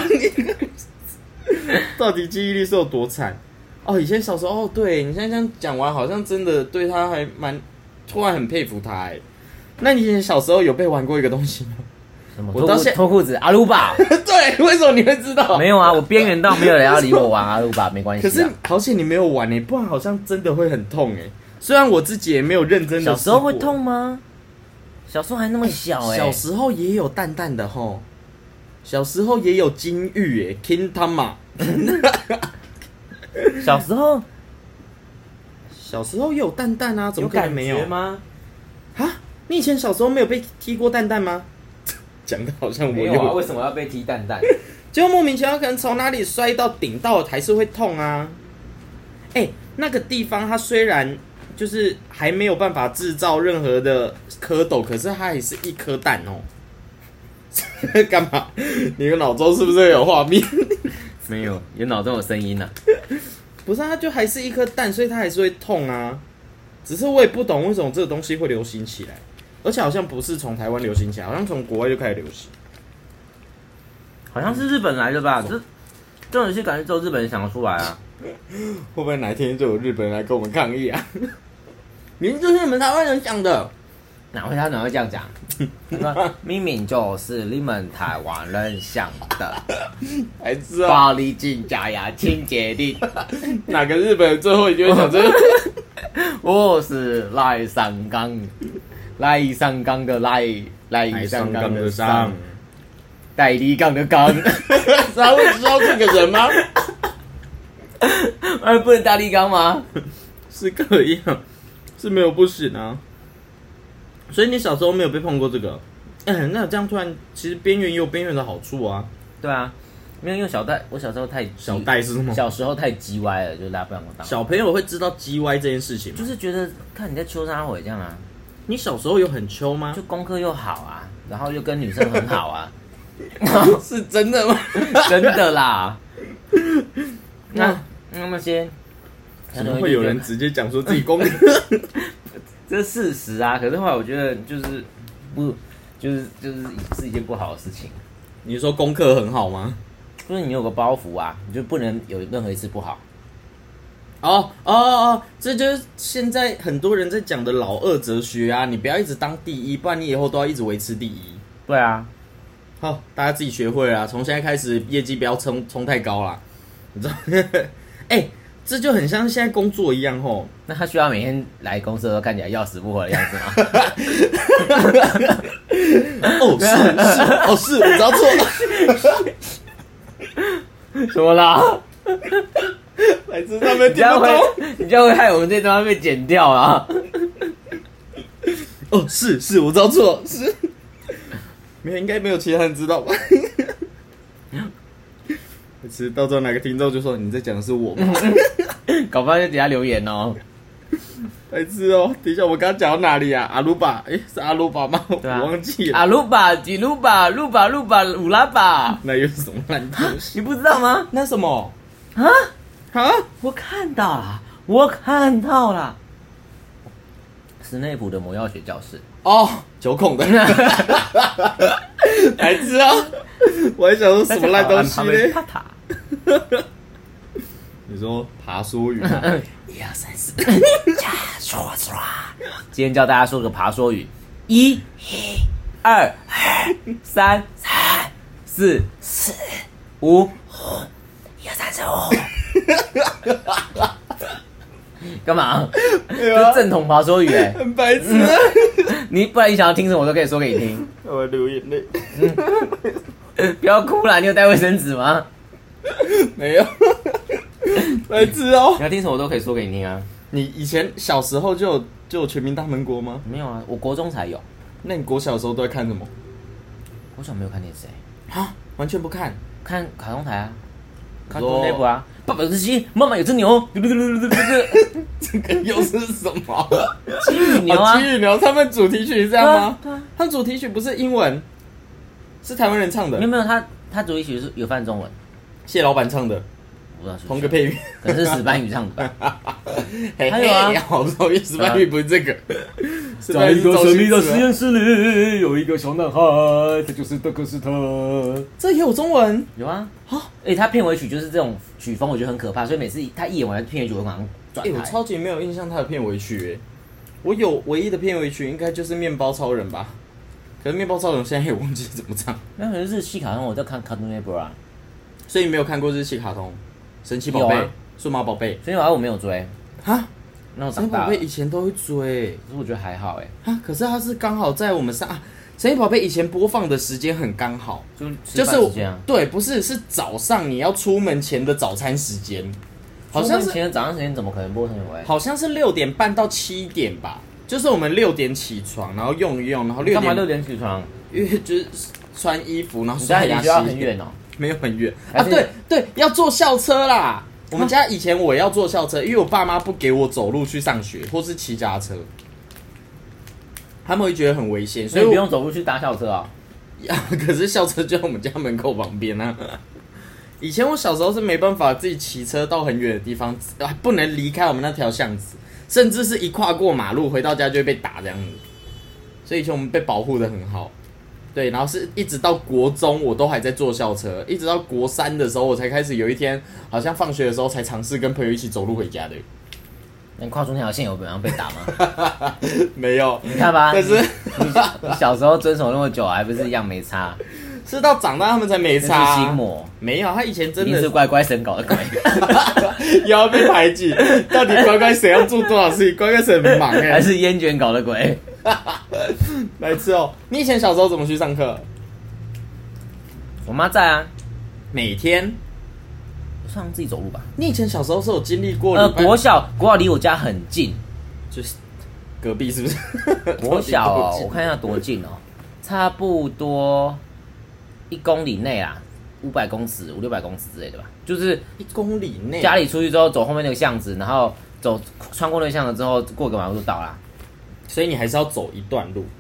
到底记忆力是有多惨？以前小时候对你现在这样讲完，好像真的对他还突然很佩服他那你以前小时候有被玩过一个东西吗？ 什么？脱裤子阿鲁巴？ 对，为什么你会知道？ 没有啊，我边缘到没有人要理我玩阿鲁巴，没关系。 可是好险你没有玩不然好像真的会很痛虽然我自己也没有认真的。 小时候会痛吗？小时候还那么小小时候也有淡淡的小时候也有金玉金汤嘛。 小时候也有蛋蛋啊，怎么可能没有？ 有感觉吗？ 你以前小时候没有被踢过蛋蛋吗？讲的好像我有为什么要被踢蛋蛋？ 就莫名其妙可能从哪里摔到顶到还是会痛啊。那个地方它虽然就是还没有办法制造任何的蝌蚪，可是它还是一颗蛋干嘛？你的脑中是不是有画面？ 没有，有脑中有声音啊。 不是，它就还是一颗蛋，所以它还是会痛啊。只是我也不懂为什么这个东西会流行起来，而且好像不是从台湾流行起来，好像从国外就开始流行。 好像是日本来的吧？这种游戏感觉只有日本人想得出来啊。 会不会哪天就有日本人来跟我们抗议啊？明明就是你们台湾人讲的。 哪会这样讲？他说明明就是你们台湾人想的， 还知道暴力进家呀，清洁力。 哪个日本人最后一句会讲这个？ 我是赖上纲，赖上纲的赖上纲的上，代理纲的纲。 他会知道这个人吗？ 不能代理纲吗？ 是可以啊，是没有不行啊。所以你小时候没有被碰过这个？那这样突然，其实边缘也有边缘的好处啊。 对啊，没有，因为我小时候小戴是什么？ 小时候太鸡歪了，就大家不让我当。 小朋友会知道鸡歪这件事情吗？ 就是觉得看你在秋沙尾这样啊。 你小时候有很秋吗？ 就功课又好啊，然后又跟女生很好啊。 是真的吗？ 真的啦。那些怎么会有人直接讲说自己功课？ 这是事实啊，可是后来我觉得就是一件不好的事情。 你说功课很好吗？ 就是你有个包袱啊，你就不能有任何一次不好。 这就是现在很多人在讲的老二哲学啊！你不要一直当第一，不然你以后都要一直维持第一。 对啊， 好，大家自己学会啦，从现在开始业绩不要冲太高啦，你知道？这就很像现在工作一样吼。 那他需要每天来公司都看起来要死不活的样子吗？ 是，我知道错了。 什么啦？ 来自他们听不懂， 你这样会害我们这段被剪掉啊！ 是，我知道错，是。没有，应该没有其他人知道吧？其实到时候哪个听众就说你在讲的是我吗？ 搞不好就底下留言哦。 白痴哦！等一下，我刚刚讲到哪里啊？阿鲁巴，是阿鲁巴吗？ 对啊， 我忘记了。 阿鲁巴、吉鲁巴、鲁巴、乌拉巴， 那又是什么烂东西？ 你不知道吗？ 那什么？ 啊？我看到了，史内普的魔药学教室。 哦，9孔的，白痴哦！我还想说什么烂东西呢？你说爬梭语吗？1、2、3、4， 今天教大家说个爬梭语：1、2、3、4、5，1、2、3、4、5。干嘛？这正统爬梭语很白痴。 你不然你想要听什么，我都可以说给你听。 我流眼泪。 不要哭啦！你有带卫生纸吗？ 没有。白痴哦！ 你要听什么我都可以说给你听啊。 你以前小时候就有全民大闷锅吗？ 没有啊，我国中才有。 那你国小的时候都在看什么？ 国小没有看电视啊，完全不看， 看卡通台啊，卡通内部啊。爸爸有只鸡，妈妈有只牛，这个又是什么？ 鸡与牛啊， 鸡与牛，他们主题曲是这样吗？ 对啊， 他们主题曲不是英文，是台湾人唱的。 没有，他主题曲是有翻中文， 谢老板唱的， 不知道是同个配乐， 可能是石斑鱼唱的。 还有啊，好讨厌石斑鱼不是这个。 在一个神秘的实验室里，有一个小男孩，他就是德克斯特。 这也有中文？ 有啊。他片尾曲就是这种曲风，我觉得很可怕，所以每次他一演完片尾曲，我马上转台。 我超级没有印象他的片尾曲我有唯一的片尾曲应该就是面包超人吧？可是面包超人现在也忘记怎么唱。 那可能日系卡通，我在看 Cartoon Network 啊。 所以你没有看过日系卡通？神奇宝贝、数码宝贝。 神奇宝贝我没有追。 哈？ 那我神奇宝贝以前都会追， 可是我觉得还好可是它是刚好在我们神奇宝贝以前播放的时间很刚好， 就是对，不是早上你要出门前的早餐时间，好像是出门前的早上时间怎么可能播神奇宝贝？ 好像是6点半到7点吧，就是我们6点起床，然后用一用，然后干嘛6点起床？ 因为就是穿衣服，然后刷牙。 你家很远哦？ 没有很远啊，对，要坐校车啦。我们家以前我要坐校车，因为我爸妈不给我走路去上学，或是骑脚踏车，他们会觉得很危险， 所以不用走路去搭校车啊。 可是校车就在我们家门口旁边啊。以前我小时候是没办法自己骑车到很远的地方，不能离开我们那条巷子，甚至是一跨过马路回到家就会被打这样子。所以以前我们被保护得很好。对，然后是一直到国中我都还在坐校车，一直到国3的时候我才开始有一天好像放学的时候才尝试跟朋友一起走路回家的。 那你跨出那条线有被打吗？ 没有， 你看吧。 但是你小时候遵守那么久，还不是一样没差？ 是到长大他们才没差。 是心魔。 没有，他以前真的是乖乖神搞的鬼。 又要被排挤，到底乖乖神要做多少事情？乖乖神很忙还是烟卷搞的鬼？ 白痴哦！你以前小时候怎么去上课？ 我妈在啊， 每天上自己走路吧。 你以前小时候是有经历过？ 国小离我家很近， 就是隔壁是不是？ 国小哦，我看一下多近哦，差不多1公里内啊，500公尺、500-600公尺之类的吧。就是 1公里内， 家里出去之后走后面那个巷子，然后穿过那个巷子之后，过个马路就到啦。 所以你还是要走一段路。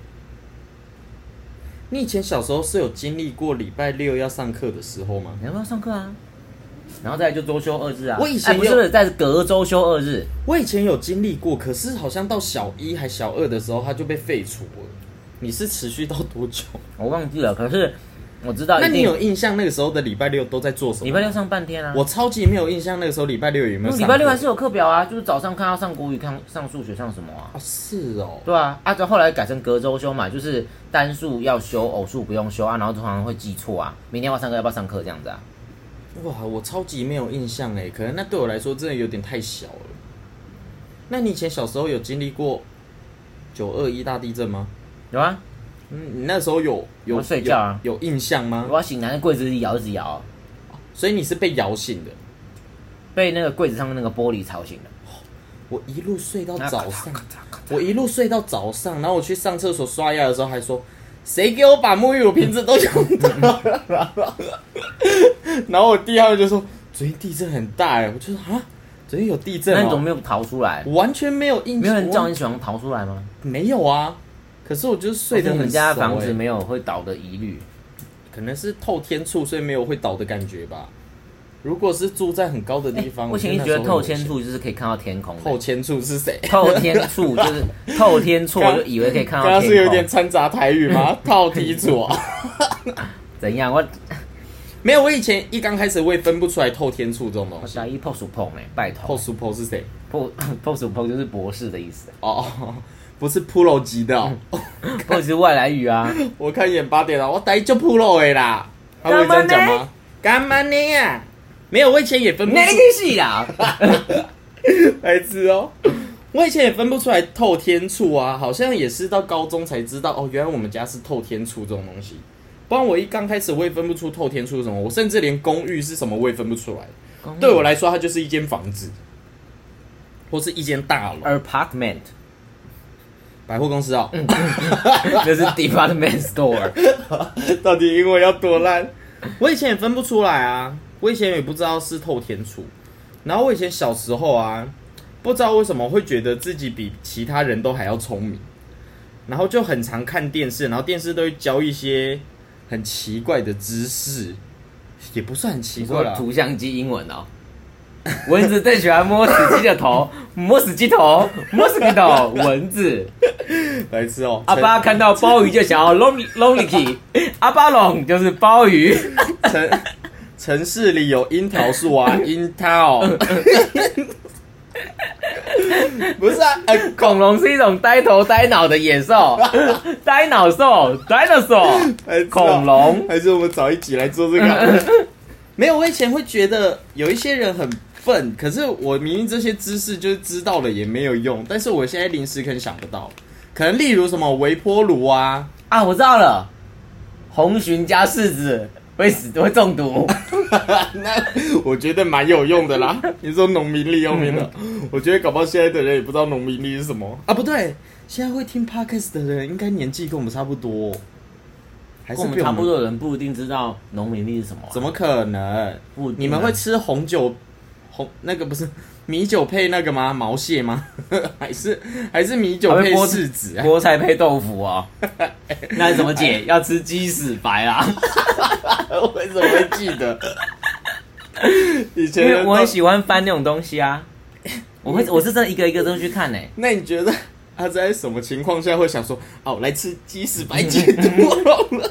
你以前小时候是有经历过礼拜6要上课的时候吗？ 你要不要上课啊？然后再来就周休2日啊。 我以前不是在隔周休2日。 我以前有经历过，可是好像到小1还小2的时候，它就被废除了。你是持续到多久？ 我忘记了，可是我知道。 那你有印象那个时候的礼拜6都在做什么？ 礼拜6上半天啊。 我超级没有印象那个时候礼拜6有没有上课？ 礼拜6还是有课表啊，就是早上看要上国语、上数学、上什么啊？ 是哦。 对啊，就后来改成隔周休嘛，就是单数要修，偶数不用修啊，然后通常会记错啊，明天要上课要不要上课这样子啊？ 哇，我超级没有印象哎，可能那对我来说真的有点太小了。那你以前小时候有经历过921大地震吗？ 有啊。 你那时候有睡觉啊？ 有印象吗？ 我要醒来，在柜子里摇一直摇， 所以你是被摇醒的， 被那个柜子上的那个玻璃吵醒的。 我一路睡到早上，然后我去上厕所刷牙的时候还说，谁给我把沐浴乳瓶子都用到了？然后我弟他们就说，昨天地震很大哎，我就说啊， 昨天有地震那你怎么没有逃出来？ 完全没有印象， 没有人叫你小王逃出来吗？ 没有啊，可是我就是睡得很熟。 你家房子没有会倒的疑虑， 可能是透天处，所以没有会倒的感觉吧。如果是住在很高的地方， 我以前一直觉得透天处就是可以看到天空。 透天处是谁？ 透天处就是透天处，我就以为可以看到天空。 刚刚是有点掺杂台语吗？透天处啊？ 怎样？我没有，我以前一刚开始我也分不出来透天处这种东西。 加一 post pong 拜托。 post pong 是谁 ？post pong 就是博士的意思。 哦，不是 pro 级的哦。 post 是外来语啊。 我看眼8点了，我台就 pro 的啦。他会这样讲吗？干嘛呢呀？没有，我以前也分不出。 哪个是啦？ 白痴哦！我以前也分不出来透天处啊，好像也是到高中才知道哦，原来我们家是透天处这种东西。不然我一刚开始我也分不出透天处是什么，我甚至连公寓是什么我也分不出来。对我来说，它就是一间房子，或是一间大楼 ，apartment， 百货公司哦， 那是 department store。 到底英文要多烂？我以前也分不出来啊，我以前也不知道是透天处。然后我以前小时候啊，不知道为什么会觉得自己比其他人都还要聪明，然后就很常看电视，然后电视都会教一些很奇怪的知识，也不算很奇怪啦。 图像机英文哦。蚊子最喜欢摸死鸡的头，摸死鸡头，摸死鸡头，蚊子。 白痴哦！ 阿爸看到鲍鱼就想要 lonely， 阿巴龙就是鲍鱼。 城市里有樱桃树啊，樱桃。不是啊， 恐龙是一种呆头呆脑的野兽，呆脑兽 ，dinosaur， 恐龙。 还是我们早一集来做这个？没有，我以前会觉得有一些人很笨，可是我明明这些知识就是知道了也没有用，但是我现在临时可能想不到，可能例如什么微波炉啊， 我知道了，红鲟加柿子会中毒。 那我觉得蛮有用的啦。你说农民力用的，我觉得搞不好现在的人也不知道农民力是什么啊？不对，现在会听 podcast 的人应该年纪跟我们差不多。还是跟我们差不多的人不一定知道农民力是什么。 怎么可能？你们会吃红酒那个不是米酒配那个吗？毛蟹吗？还是米酒配柿子？ 菠菜配豆腐哦。那怎么解？要吃鸡屎白啊？ 为什么会记得？以前因为我很喜欢翻那种东西啊。我是真的一个一个都去看欸。 那你觉得他在什么情况下会想说我来吃鸡屎白解毒了？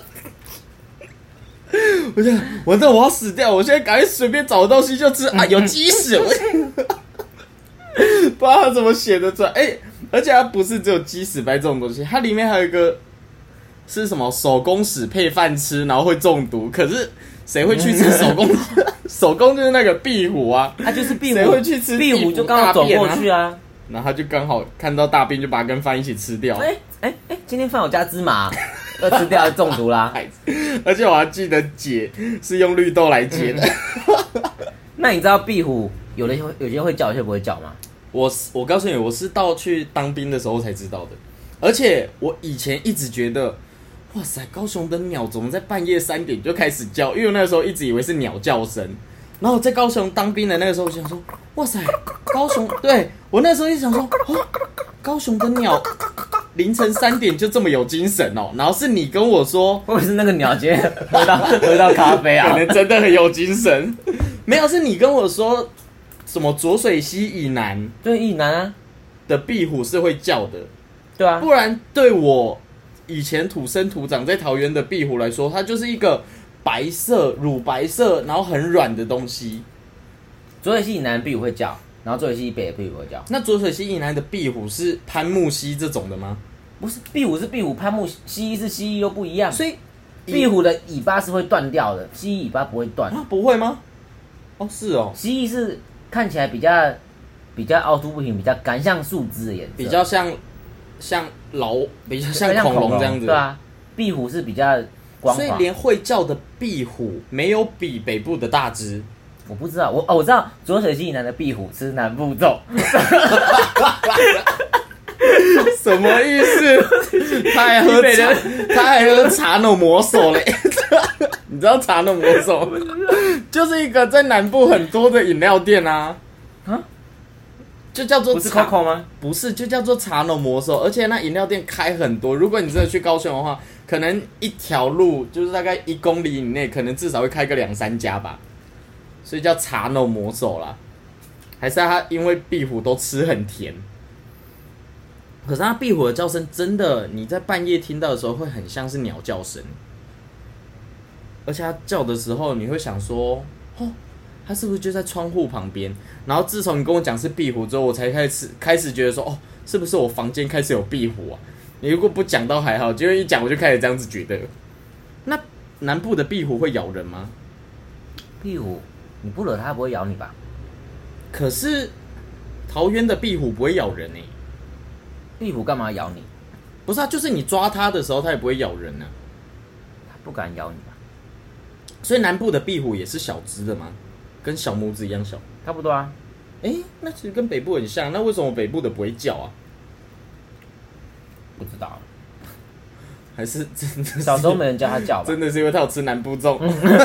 我想完蛋，我要死掉！我现在赶快随便找个东西就吃啊，有鸡屎！不知道他怎么写的出来。而且它不是只有鸡屎白这种东西，它里面还有一个是什么手工屎配饭吃，然后会中毒。可是谁会去吃手工？手工就是那个壁虎啊， 就是壁虎， 谁会去吃壁虎就刚好走过去啊， 然后他就刚好看到大便，就把它跟饭一起吃掉。 今天饭有加芝麻。要吃掉中毒啦！ 而且我还记得解是用绿豆来解的。 那你知道壁虎有些会叫，有些不会叫吗？ 我告诉你，我是到去当兵的时候才知道的。而且我以前一直觉得，哇塞，高雄的鸟怎么在半夜3点就开始叫？因为我那时候一直以为是鸟叫声。然后在高雄当兵的那个时候，我想说，哇塞，高雄，对，我那时候一直想说，高雄的鸟凌晨3点就这么有精神哦。然后是你跟我说， 或者是那个鸟今天喝到咖啡啊， 可能真的很有精神。没有，是你跟我说什么浊水溪以南， 对，以南啊的壁虎是会叫的， 对啊， 不然对我以前土生土长在桃园的壁虎来说，它就是一个白色、乳白色，然后很软的东西。 浊水溪以南的壁虎会叫，然后浊水溪以北的壁虎会叫。 那浊水溪以南的壁虎是攀木蜥这种的吗？ 不是，壁虎是壁虎，攀木蜥蜴是蜥蜴，又不一样。 所以壁虎的尾巴是会断掉的，蜥蜴尾巴不会断。 不会吗？是哦。 蜥蜴是看起来比较凹凸不平，比较干，像树枝的颜色， 比较像比较像恐龙这样子。 对啊，壁虎是比较光滑。 所以连会叫的壁虎没有比北部的大只。 我不知道，我知道浊水溪以南的壁虎吃南部粽。 什么意思？他还喝茶诺魔手嘞？你知道茶诺魔手就是一个在南部很多的饮料店啊。 就叫做不是 Coco 吗？ 不是，就叫做茶农魔手，而且那饮料店开很多。如果你真的去高雄的话，可能一条路就是大概1公里以内，可能至少会开个2-3家吧，所以叫茶农魔手啦。还是他因为壁虎都吃很甜，可是他壁虎的叫声真的，你在半夜听到的时候会很像是鸟叫声，而且他叫的时候你会想说，哦，他是不是就在窗户旁边？然后自从你跟我讲是壁虎之后，我才开始觉得说，哦，是不是我房间开始有壁虎啊？你如果不讲到还好，结果一讲我就开始这样子觉得。那南部的壁虎会咬人吗？ 壁虎，你不惹它不会咬你吧？ 可是桃园的壁虎不会咬人欸。 壁虎干嘛咬你？ 不是啊，就是你抓它的时候，它也不会咬人啊。 它不敢咬你吧？ 所以南部的壁虎也是小只的吗？跟小拇指一样小？ 差不多啊。 那其实跟北部很像，那为什么北部的不会叫啊？ 不知道， 还是真的是小时候没人叫它叫吧？ 真的是因为它有吃南部粽。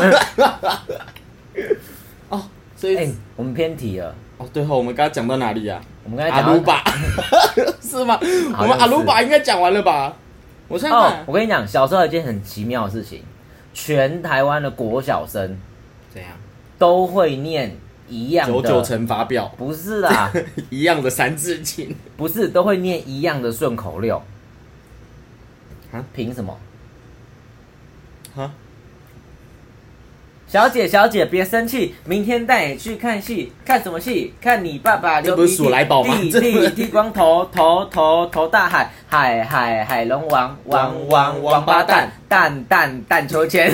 哦，所以我们偏题了。 哦，对哦，我们刚刚讲到哪里啊？ 我们刚才讲阿鲁巴是吗？我们阿鲁巴应该讲完了吧？我想想我跟你讲，小时候有一件很奇妙的事情，全台湾的国小生怎样都会念一样的 99乘法表， 不是啦， 一样的三字经， 不是都会念一样的顺口溜。凭什么？小姐小姐别生气，明天带你去看戏，看什么戏？看你爸爸流鼻涕， 这不是鼠来宝吗？ 剃光头大海，海龙王八蛋，蛋秋千。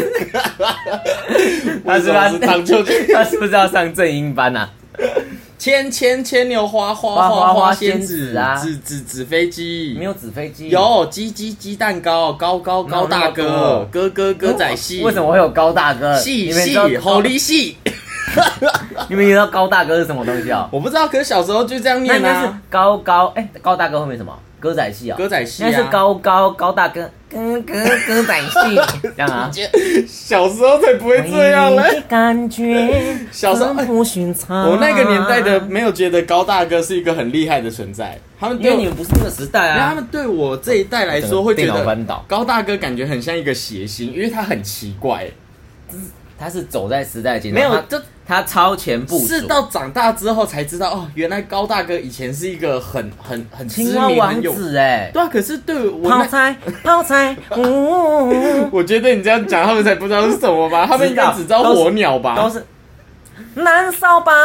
他是不是要上正音班啊？ 牵牛花仙子啊，纸飞机没有纸飞机， 有鸡蛋糕，高大哥，歌仔戏， 为什么会有高大哥？ 戏吼力戏， 你们知道高大哥是什么东西啊？ 我不知道，可是小时候就这样念啊。 那应该是高大哥后面什么？歌仔戏啊， 歌仔戏应该是高大哥，歌仔戏这样啊。 小时候才不会这样嘞， 感觉小时候不寻常。 我那个年代的没有觉得高大哥是一个很厉害的存在， 因为你们不是那个时代啊。 他们对我这一代来说会觉得翻倒高大哥感觉很像一个谐星，因为他很奇怪。 他是走在时代尖端，没有，他超前部署。 是到长大之后才知道，哦，原来高大哥以前是一个很青蛙王子哎。 对啊，可是对我泡菜， 我觉得你这样讲，他们才不知道是什么吧？他们应该只知道火鸟吧？ 都是燃烧吧，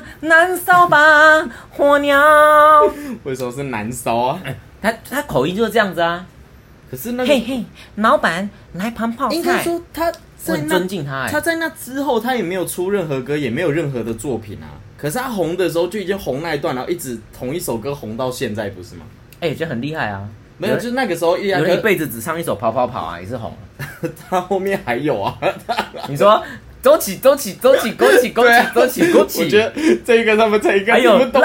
火鸟。 为什么是燃烧啊？ 他口音就是这样子啊。 可是那个嘿，老板来盘泡菜。 应该说他。 我很尊敬他他在那之后，他也没有出任何歌，也没有任何的作品啊。可是他红的时候就已经红那一段，然后一直同一首歌红到现在，不是吗？ 就很厉害啊。 没有，就是那个时候有人一辈子只唱一首跑啊，也是红。 他后面还有啊。 你说走起，枸杞。 我觉得这个他们才应该听不懂。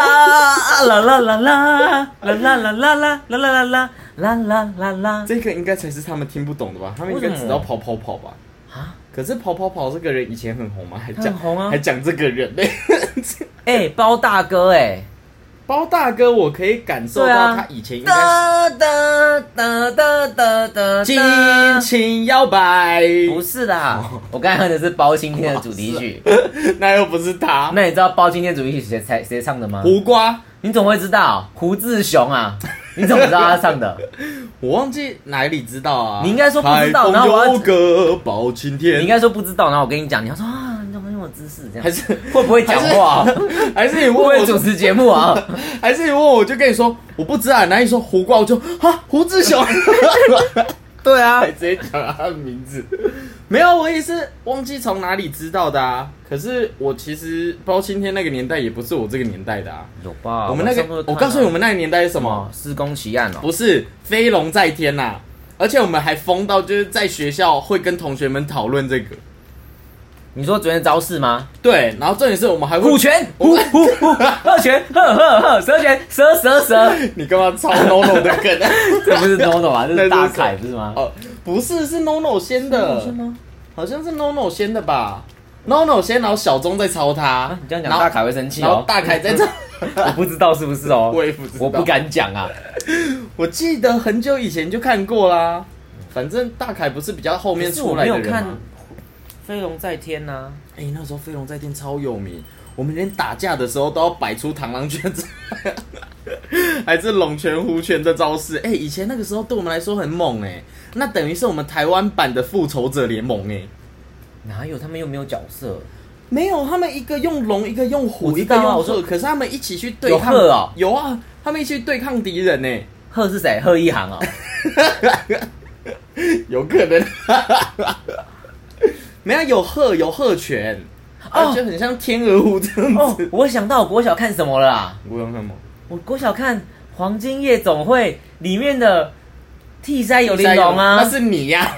啦，这个应该才是他们听不懂的吧？他们应该知道跑吧？啊！可是跑这个人以前很红吗？ 很红啊！ 还讲这个人呢？ 包大哥包大哥，我可以感受到他以前应该是尽情摇摆。 不是啦，我刚才哼的是包青天的主题曲， 那又不是他。 那你知道包青天主题曲谁唱的吗？ 胡瓜。 你怎么会知道？胡志雄啊，你怎么知道他唱的？ 我忘记哪里知道啊。 你应该说不知道，然后我有个包青天。 你应该说不知道，然后我跟你讲，你要说啊，你怎么那么知识这样？ 还是会不会讲话？ 还是你问我主持节目啊？ 还是你问我就跟你说我不知道，哪里说胡瓜我就胡志雄。 对啊， 还直接讲他的名字。没有，我也是忘记从哪里知道的啊。可是我其实包青天那个年代也不是我这个年代的啊。 有吧？ 我们那个，我告诉你，我们那个年代是什么？ 施工奇案哦。 不是，飞龙在天呐！而且我们还疯到就是在学校会跟同学们讨论这个。 你说昨天招式吗？ 对，然后重点是我们还会虎拳，虎，鹤拳，鹤，蛇拳，蛇。 你干嘛抄 NONO 的梗？ 这不是 NONO 啊，这是大凯不是吗？ 不是，是 NONO 先的。 是吗？ 好像是 NONO 先的吧？ ，no 先，然后小钟在抄他。 你这样讲大凯会生气哦。 然后大凯在抄， 我不知道是不是哦， 我也不知道， 我不敢讲啊。 我记得很久以前就看过啦。反正大凯不是比较后面出来的人吗？ 我没有看《飞龙在天》呐。 那时候《飞龙在天》超有名，我们连打架的时候都要摆出螳螂拳，还是龙拳、虎拳的招式。以前那个时候对我们来说很猛那等于是我们台湾版的复仇者联盟哪有？他们又没有角色。 没有，他们一个用龙，一个用虎，一个用鹤，可是他们一起去对抗。 有鹤哦， 有啊，他们一起去对抗敌人鹤是谁？鹤一航哦。 有可能。没有鹤，有鹤拳，就很像天鹅湖这样子。 我想到我国小看什么了啦？ 我想看什么？ 我国小看《黄金夜总会》里面的替塞有玲珑啊。 那是你呀。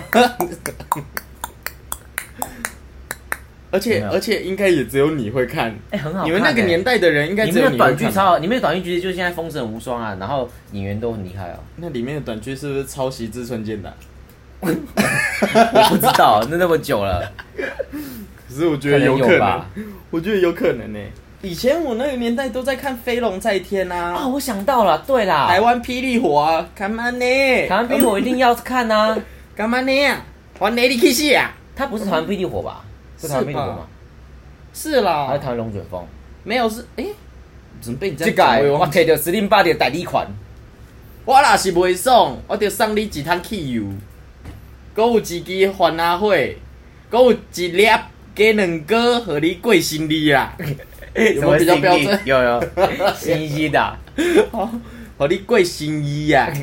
而且应该也只有你会看， 很好看。 你们那个年代的人应该只有你会看。 里面的短剧超好，里面的短剧其实就是现在风神无双啊，然后演员都很厉害哦。 那里面的短剧是不是抄袭志村健的？ 我不知道，那么久了。 可是我觉得有可能，我觉得有可能以前我那个年代都在看《飞龙在天》啊。 我想到了，对啦， 台湾霹雳火啊，干嘛呢？ 台湾霹雳火一定要看啊！ 干嘛呢？玩哪里去戏啊？ 他不是台湾霹雳火吧？是台湾霹雳火吗？ 是啦。 还是台湾龙卷风？ 没有是怎么被你这样讲？ 我摕到司令爸的代理款。 我若是袂爽，我就送你一桶汽油，搁有一支番仔火，搁有一粒鸡卵糕，和你过生日啦。有没有比较标准？ 有，新一的， 和你过生日呀。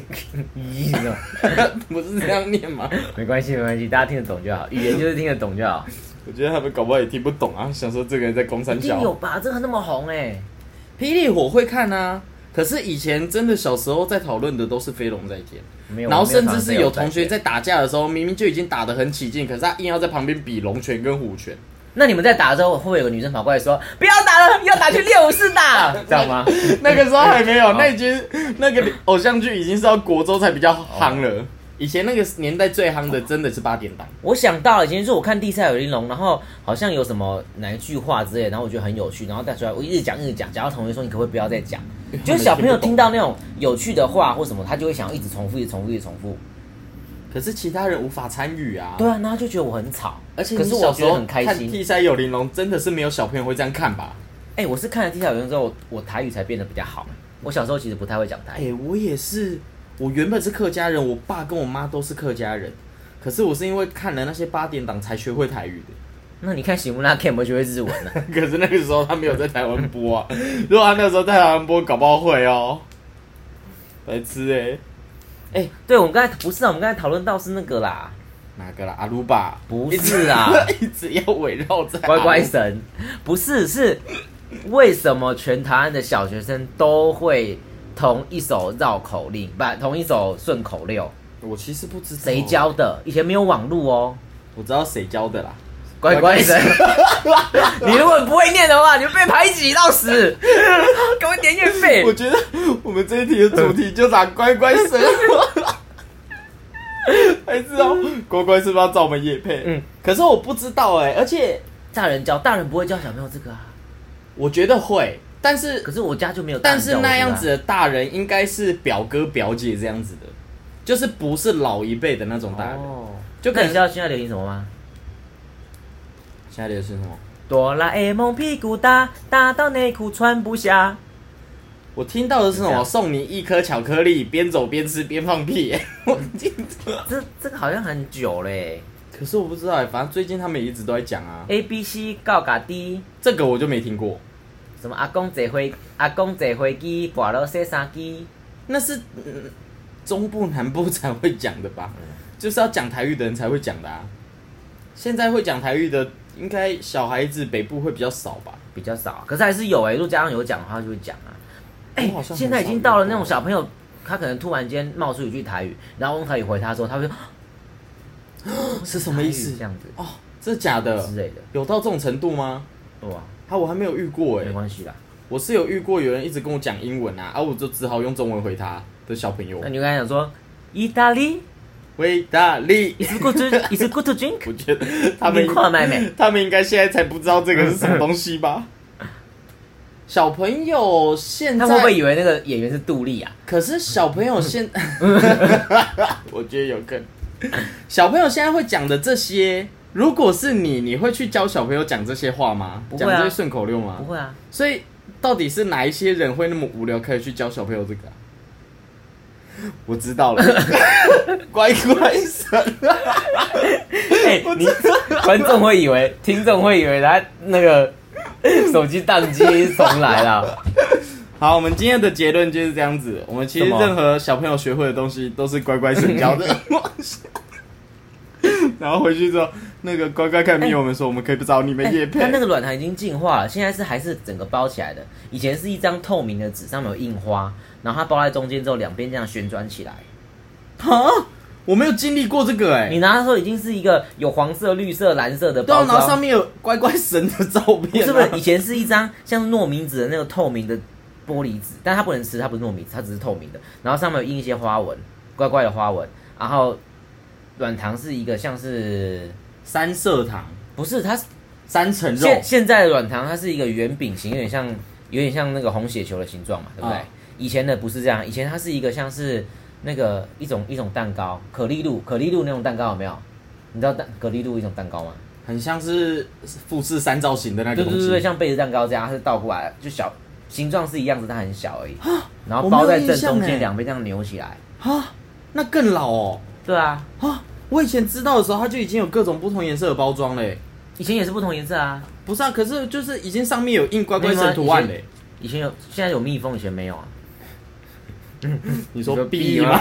不是这样念吗？ 没关系，大家听得懂就好，语言就是听得懂就好。 我觉得他们搞不好也听不懂啊，想说这个人在攻三小。 一定有吧？这个那么红霹雳火会看啊，可是以前真的小时候在讨论的都是飞龙在天，然后甚至是有同学在打架的时候，明明就已经打得很起劲，可是他硬要在旁边比龙拳跟虎拳。 那你们在打的时候，会不会有个女生跑过来说：“不要打了，要打去654打？”知道吗？ 那个时候还没有，那已经那个偶像剧已经是到国中才比较夯了。以前那个年代最夯的真的是8点档。我想到了，以前是我看《地塞有玲珑》，然后好像有什么哪一句话之类，然后我觉得很有趣，然后带出来，我一直讲，讲到同学说你可不可以不要再讲？就是小朋友听到那种有趣的话或什么，他就会想要一直重复。 可是其他人无法参与啊。 对啊，那他就觉得我很吵， 而且可是我觉得很开心。 看《地塞有玲珑》真的是没有小朋友会这样看吧？ 我是看了《地塞有玲珑》之后，我台语才变得比较好。我小时候其实不太会讲台语。 我也是。我原本是客家人，我爸跟我妈都是客家人，可是我是因为看了那些8点档才学会台语的。 那你看《喜木拉 K》有没有学会日文呢？ 可是那个时候他没有在台湾播啊。如果他那个时候在台湾播，搞不好会哦。白痴对，我们刚才不是啊，我们刚才讨论到是那个啦。 哪个啦？阿鲁巴？ 不是啊， 一直要围绕在乖乖神，不是，是为什么全台湾的小学生都会同一首绕口令，不，同一首顺口溜？ 我其实不知道谁教的，以前没有网路哦。 我知道谁教的啦， 乖乖神。你如果不会念的话，你就被排挤到死，给我点月费。 我觉得我们这一题的主题就打乖乖神。还知道乖乖是不是要找我们业配？可是我不知道而且大人教，大人不会教小朋友这个啊。 我觉得会。但是， 可是我家就没有大人教我。 但是那样子的大人应该是表哥表姐这样子的，就是不是老一辈的那种大人。 就可能你知道现在流行什么吗？ 现在流行什么？ 哆啦 A 梦屁股大，大到内裤穿不下。 我听到的是什么？送你一颗巧克力，边走边吃边放屁。 这个好像很久嘞。 可是我不知道反正最近他们也一直都在讲啊。 A B C 告嘎 D， 这个我就没听过。 什么阿公坐飞机，跋落洗衫机， 那是中部南部才会讲的吧？就是要讲台语的人才会讲的啊。现在会讲台语的，应该小孩子北部会比较少吧？ 比较少，可是还是有如果家长有讲的话，就会讲啊。现在已经到了那种小朋友，他可能突然间冒出一句台语，然后用台语回他说，他会说是什么意思？ 这样子这是假的之类的， 有到这种程度吗？ 对啊。 我还没有遇过没关系啦。 我是有遇过有人一直跟我讲英文我就只好用中文回他的小朋友。 那你就跟他讲说意大利维达利 ，It's good to drink。 我觉得他们应该现在才不知道这个是什么东西吧？小朋友现在他会不会以为那个演员是杜丽啊？ 可是小朋友我觉得有可能。小朋友现在会讲的这些，如果是你会去教小朋友讲这些话吗？ 不会啊， 讲这些顺口溜吗？ 不会啊。 所以到底是哪一些人会那么无聊，可以去教小朋友这个我知道了，乖乖神。 观众会以为，听众会以为他那个手机宕机重来了。 好，我们今天的结论就是这样子。我们其实任何小朋友学会的东西，都是乖乖神教的。然后回去之后，那个乖乖看密我们说，我们可以不找你们业配。 它那个软糖已经进化了，现在还是整个包起来的。以前是一张透明的纸，上面有印花，然后它包在中间之后，两边这样旋转起来。 我没有经历过这个你拿的时候已经是一个有黄色、绿色、蓝色的包装， 对，然后上面有乖乖神的照片。 是不是？以前是一张像糯米纸的那个透明的玻璃纸，但它不能吃，它不是糯米纸，它只是透明的。然后上面有印一些花纹，乖乖的花纹。然后软糖是一个像是三色糖， 不是，它是三层肉。 现在的软糖它是一个圆饼形，有点像那个红血球的形状嘛，对不对？以前的不是这样，以前它是一个像是那个一种蛋糕，可丽露那种蛋糕有没有？你知道可丽露一种蛋糕吗？ 很像是富士山造型的那个东西， 对，像杯子蛋糕这样，它是倒过来，就小形状是一样子，它很小而已。然后包在正中间，两边这样扭起来。 那更老哦。 对啊。 我以前知道的时候，它就已经有各种不同颜色的包装嘞。 以前也是不同颜色啊。 不是啊，可是就是已经上面有印乖乖神图案嘞。 以前有，现在有蜜蜂，以前没有啊。 你说 B 吗？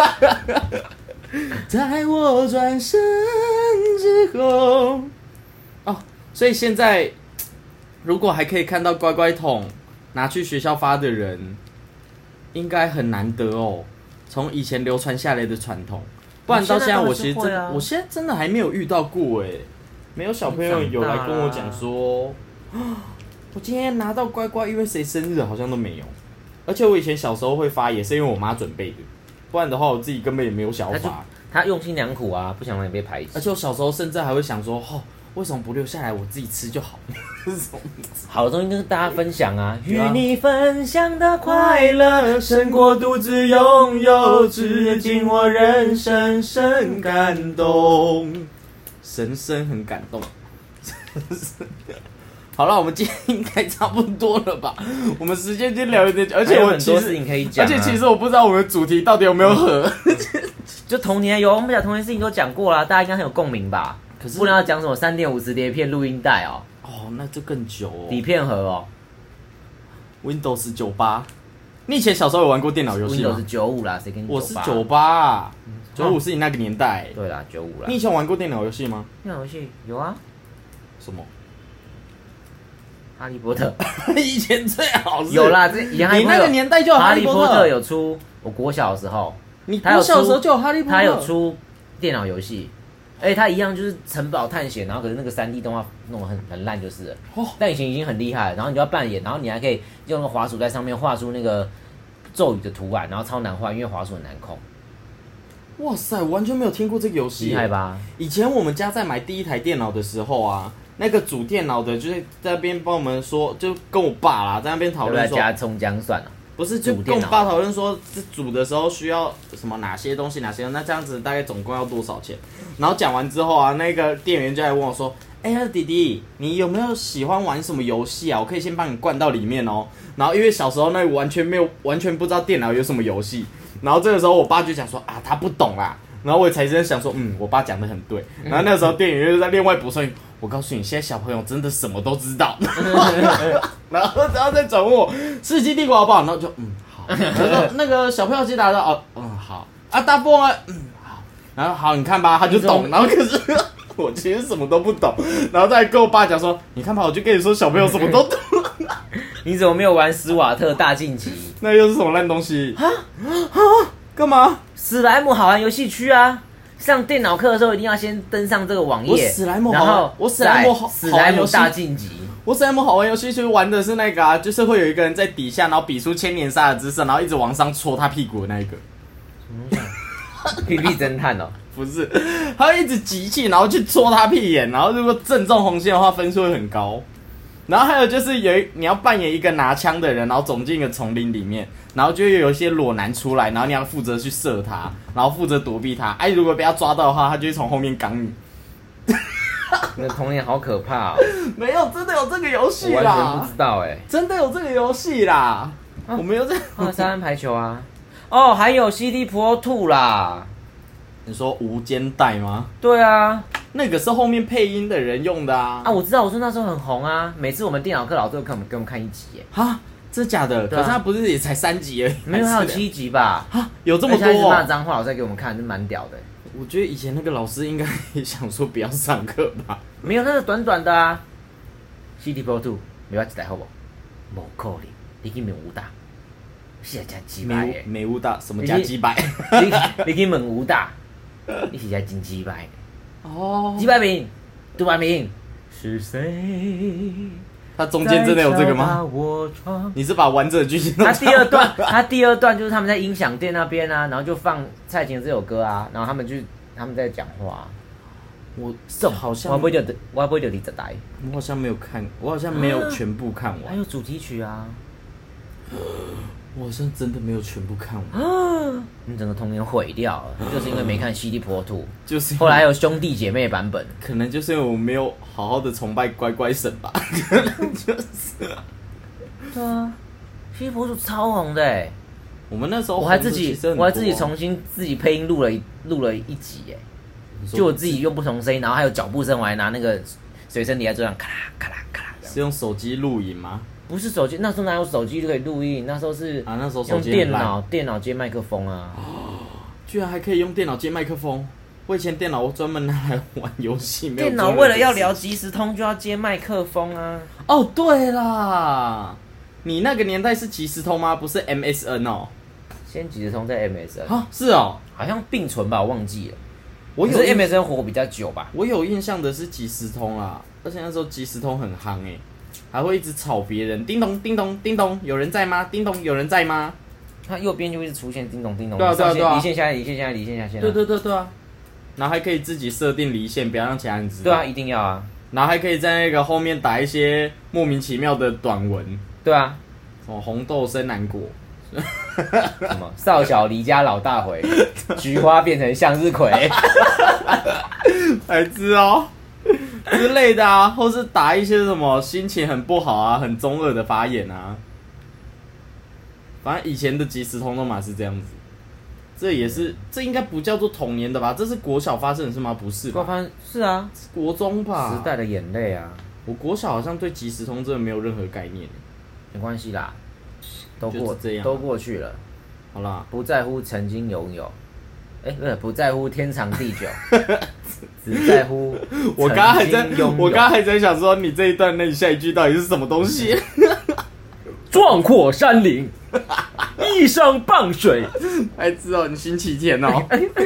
在我转身之后，所以现在如果还可以看到乖乖桶拿去学校发的人，应该很难得哦。从以前流传下来的传统，不然到现在我其实我现在真的还没有遇到过哎，没有小朋友有来跟我讲说，我今天拿到乖乖，因为谁生日好像都没有。而且我以前小时候会发，也是因为我妈准备的，不然的话我自己根本也没有想要发。 她用心良苦啊，不想让你被排挤。 而且我小时候甚至还会想说，为什么不留下来我自己吃就好？ 好的东西跟大家分享啊，与你分享的快乐胜过独自拥有，至今我仍深深感动， 深深很感动。好了，我们今天应该差不多了吧？我们时间就聊有点久，而且我很多事情可以讲， 而且其实我不知道我们的主题到底有没有合。 就童年有，我们讲童年事情都讲过了，大家应该很有共鸣吧？可是不能要讲什么3.5磁碟片录音带哦。 那就更久哦。 底片盒哦。 Windows 98，你以前小时候有玩过电脑游戏吗？ Windows 95啦，谁跟你98？ 我是98，95是你那个年代。 对啦，95啦。 你以前玩过电脑游戏吗？ 电脑游戏有啊。 什么？ 哈利波特。 以前最好是有啦，以前你那个年代就有哈利波特有出，我国小的时候， 你国小的时候就有哈利波特， 他有出电脑游戏，而且他一样就是城堡探险，然后可是那个3D 动画弄得很烂就是了。但以前已经很厉害了，然后你就要扮演，然后你还可以用个滑鼠在上面画出那个咒语的图案，然后超难画，因为滑鼠很难控。 哇塞，完全没有听过这个游戏， 厉害吧？ 以前我们家在买第一台电脑的时候啊，那个主电脑的就是在那边帮我们说，就跟我爸啦，在那边讨论说加葱姜蒜啊。 不是，就跟我爸讨论说，煮的时候需要什么哪些东西，那这样子大概总共要多少钱？然后讲完之后啊，那个店员就来问我说：“弟弟，你有没有喜欢玩什么游戏啊？我可以先帮你灌到里面哦。”然后因为小时候那完全不知道电脑有什么游戏，然后这个时候我爸就讲说：“他不懂啦。”然后我才真的想说，我爸讲的很对。然后那个时候店员就在另外补充。我告诉你，现在小朋友真的什么都知道。然后再转问我《世纪帝国》好不好？然后就好。然后那个小朋友接答说好啊，大波啊好。然后好，你看吧，他就懂。然后可是我其实什么都不懂。然后再跟我爸讲说，你看吧，我就跟你说小朋友什么都懂。 你怎么没有玩史瓦特大晋级？ 那又是什么烂东西？干嘛？ 史莱姆好玩游戏区啊！上电脑课的时候一定要先登上这个网页， 我史莱姆大晋级。 我史莱姆好玩游戏区玩的是那个啊，就是会有一个人在底下，然后比出千年杀的姿势，然后一直往上戳他屁股的那一个。 屁屁侦探哦， 不是，他会一直集气，然后去戳他屁眼，然后如果正中红线的话，分数会很高。然后还有就是你要扮演一个拿枪的人，然后走进一个丛林里面，然后就会有一些裸男出来，然后你要负责去射他，然后负责躲避他。如果被他抓到的话，他就会从后面赶你。 那童年好可怕哦！ 没有，真的有这个游戏啦！ 我完全不知道真的有这个游戏啦！我没有在沙滩排球啊，哦，还有 CD Pro 2啦。 你说无间带吗？ 对啊， 那个是后面配音的人用的啊。 我知道，我说那时候很红啊，每次我们电脑课老师都给我们看1集耶。 哈，真的假的？可是他不是也才3集而已？ 没有，还有7集吧？ 哈，有这么多？ 而且他一直骂脏话，老师给我们看，是蛮屌的。 我觉得以前那个老师应该也想说不要上课吧？ 没有，那个短短的啊。CD Pro 2，你要一台好不好？无可能，你去问武大，是真鸡掰的。 美武大什么加鸡掰？ 你去问武大，你是真鸡掰。 哦， 鸡掰名，杜白明是谁？ 他中间真的有这个吗？你是把完整的剧情？ 他第二段就是他们在音响店那边啊，然后就放蔡琴这首歌啊，然后他们在讲话。 我好像我不会就你这台， 我好像没有看，我好像没有全部看完。 还有主题曲啊， 我好像真的没有全部看完。 你整个童年毁掉了，就是因为没看 CD Pro 2， 就是后来还有兄弟姐妹版本， 可能就是因为我没有好好的崇拜乖乖神吧，可能就是。 对啊 ，CD Pro 2超红的哎， 我们那时候我还自己重新自己配音录了一集哎。就我自己用不同声音，然后还有脚步声，我还拿那个随身碟在桌上咔啦咔啦咔啦。是用手机录影吗？ 不是手机，那时候哪有手机就可以录音？那时候是那时候手机用电脑接麦克风啊。 居然还可以用电脑接麦克风！我以前电脑我专门拿来玩游戏，没有。 电脑为了要聊即时通就要接麦克风啊。 哦，对啦，你那个年代是即时通吗？不是 MSN 哦。 先即时通再 MSN 啊？是哦， 好像并存吧，我忘记了。 我有 MSN 活比较久吧， 我有印象的是即时通啦，而且那时候即时通很夯还会一直吵别人，叮咚叮咚叮咚，有人在吗？叮咚有人在吗？ 它右边就会出现叮咚叮咚， 对啊， 离线下线， 对啊，然后还可以自己设定离线，不要让其他人知道。 对啊，一定要啊， 然后还可以在那个后面打一些莫名其妙的短文。 对啊， 什么红豆生南果。 什么少小离家老大回，菊花变成向日葵， 白痴哦之类的啊，或是打一些什么心情很不好啊、很中二的发言啊。反正以前的即时通都嘛是这样子，这应该不叫做童年的吧？这是国小发生的事吗？不是吧？ 是啊， 是国中吧？ 时代的眼泪啊！ 我国小好像对即时通真的没有任何概念。 没关系啦。都过去了， 好啦， 不在乎曾经拥有，不在乎天长地久，只在乎我刚刚还在想说，你这一段那你下一句到底是什么东西？ 壮阔山林，一山傍水， 还知道你星期天哦。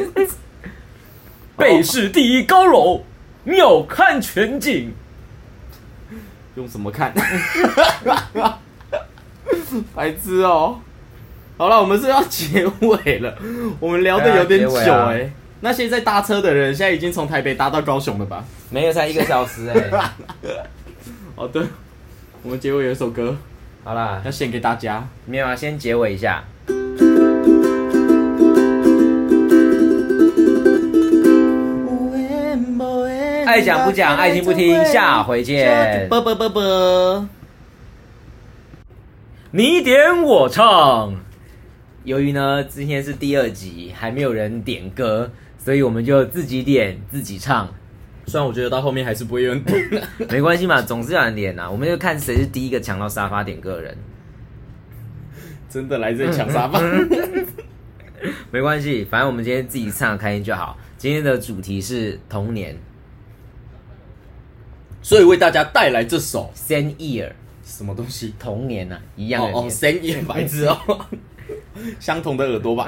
北市第一高楼，鸟瞰全景。 用什么看？白痴哦！好了，我们是要结尾了。我们聊得有点久那些在搭车的人，现在已经从台北搭到高雄了吧？ 没有，才1个小时哦，对，我们结尾有一首歌， 好啦， 要献给大家。 没有啊，先结尾一下。爱讲不讲，爱听不听，下回见。 啵啵啵啵。 你点我唱。由于呢今天是第2集，还没有人点歌，所以我们就自己点自己唱。 虽然我觉得到后面还是不会有人点， 没关系嘛，总是有人点啊。我们就看谁是第一个抢到沙发点歌的人。 真的来这里抢沙发？ 没关系，反正我们今天自己唱开心就好。今天的主题是童年， 所以为大家带来这首 Sand Year。 什么东西？ 童年啊，一样的年。 Sand Year， 白痴哦，相同的耳朵吧？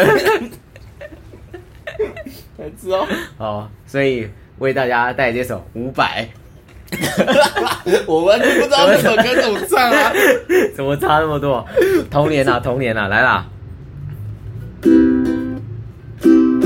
白痴哦。 好，所以为大家带来这首500。 我完全不知道这首歌怎么唱啊！ 怎么差那么多？童年啊，童年啊，来啦！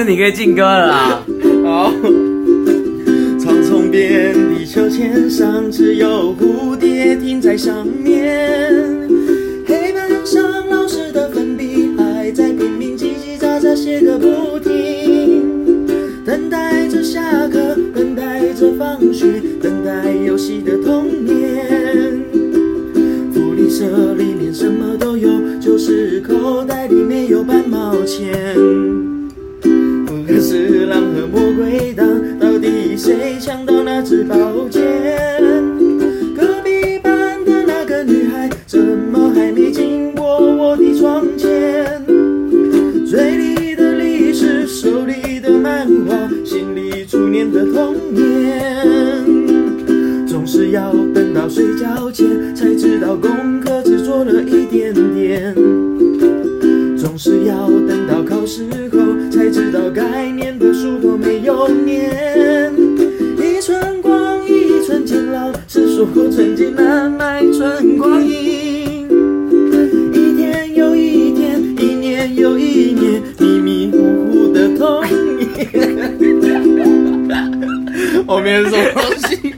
你可以进歌了啦。 好，草丛边，地球签上，只有蝴蝶停在上面。黑板上老师的粉笔还在拼命叽叽喳喳写个不停，等待着下课，等待着放学，等待游戏的童年。福利社里面什么都有，就是口袋里没有半毛钱。可是狼和魔鬼党，到底谁抢到那支宝剑？隔壁班的那个女孩，怎么还没经过我的窗前？嘴里的历史，手里的漫画，心里初年的童年。总是要等到睡觉前，才知道功课只做了一点点。总是要等到考试后，才知道概念的书都没有念。一寸光阴一寸金，老师说寸金难买寸光阴。一天又一天，一年又一年，迷迷糊糊的童年。后面是什么东西？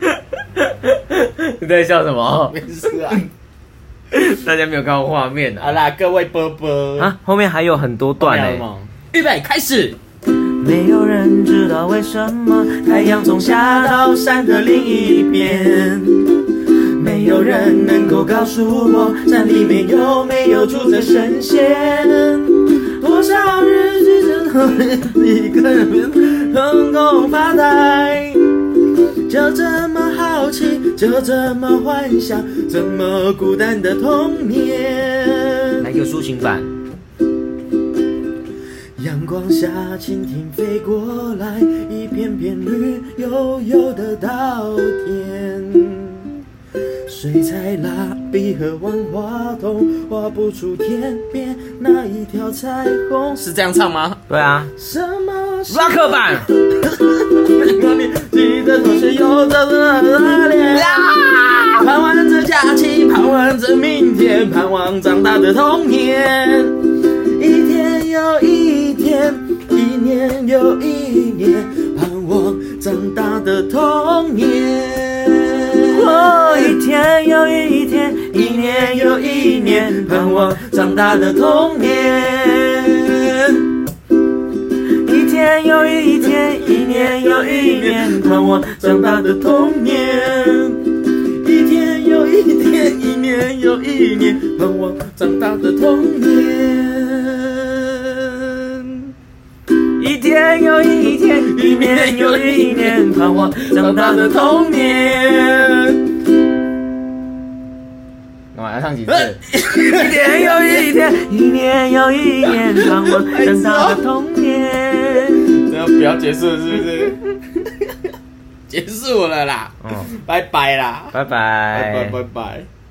你在笑什么？ 没事啊。 大家没有看到画面啊！ 好啦，各位波波啊，后面还有很多段呢。 预备开始。 没有人知道为什么太阳总下到山的另一边，没有人能够告诉我山里面有没有住着神仙。多少日子只能一个人成功发呆，就这么好奇，就这么幻想，这么孤单的童年。来个抒情版。阳光下，蜻蜓飞过来，一片片绿油油的稻田。水彩、蜡笔和万花筒画不出天边那一条彩虹。 是这样唱吗？ 对啊。 什么 rock 版？ 记得同学有着热烈，盼望着假期，盼望着明天，盼望长大的童年。一天又一天，一年又一年，盼望长大的童年。一天又一天，一年又一年，盼望长大的童年。一天又一天，一年又一年，盼望长大的童年。一天又一天，一年又一年，盼望长大的童年。一天又一天，一年又一年，盼望长大的童年。干嘛要唱几次？一天又一天，一年又一年，盼望长大的童年。这样不要结束了是不是？结束了啦，拜拜啦， 拜拜， 拜拜。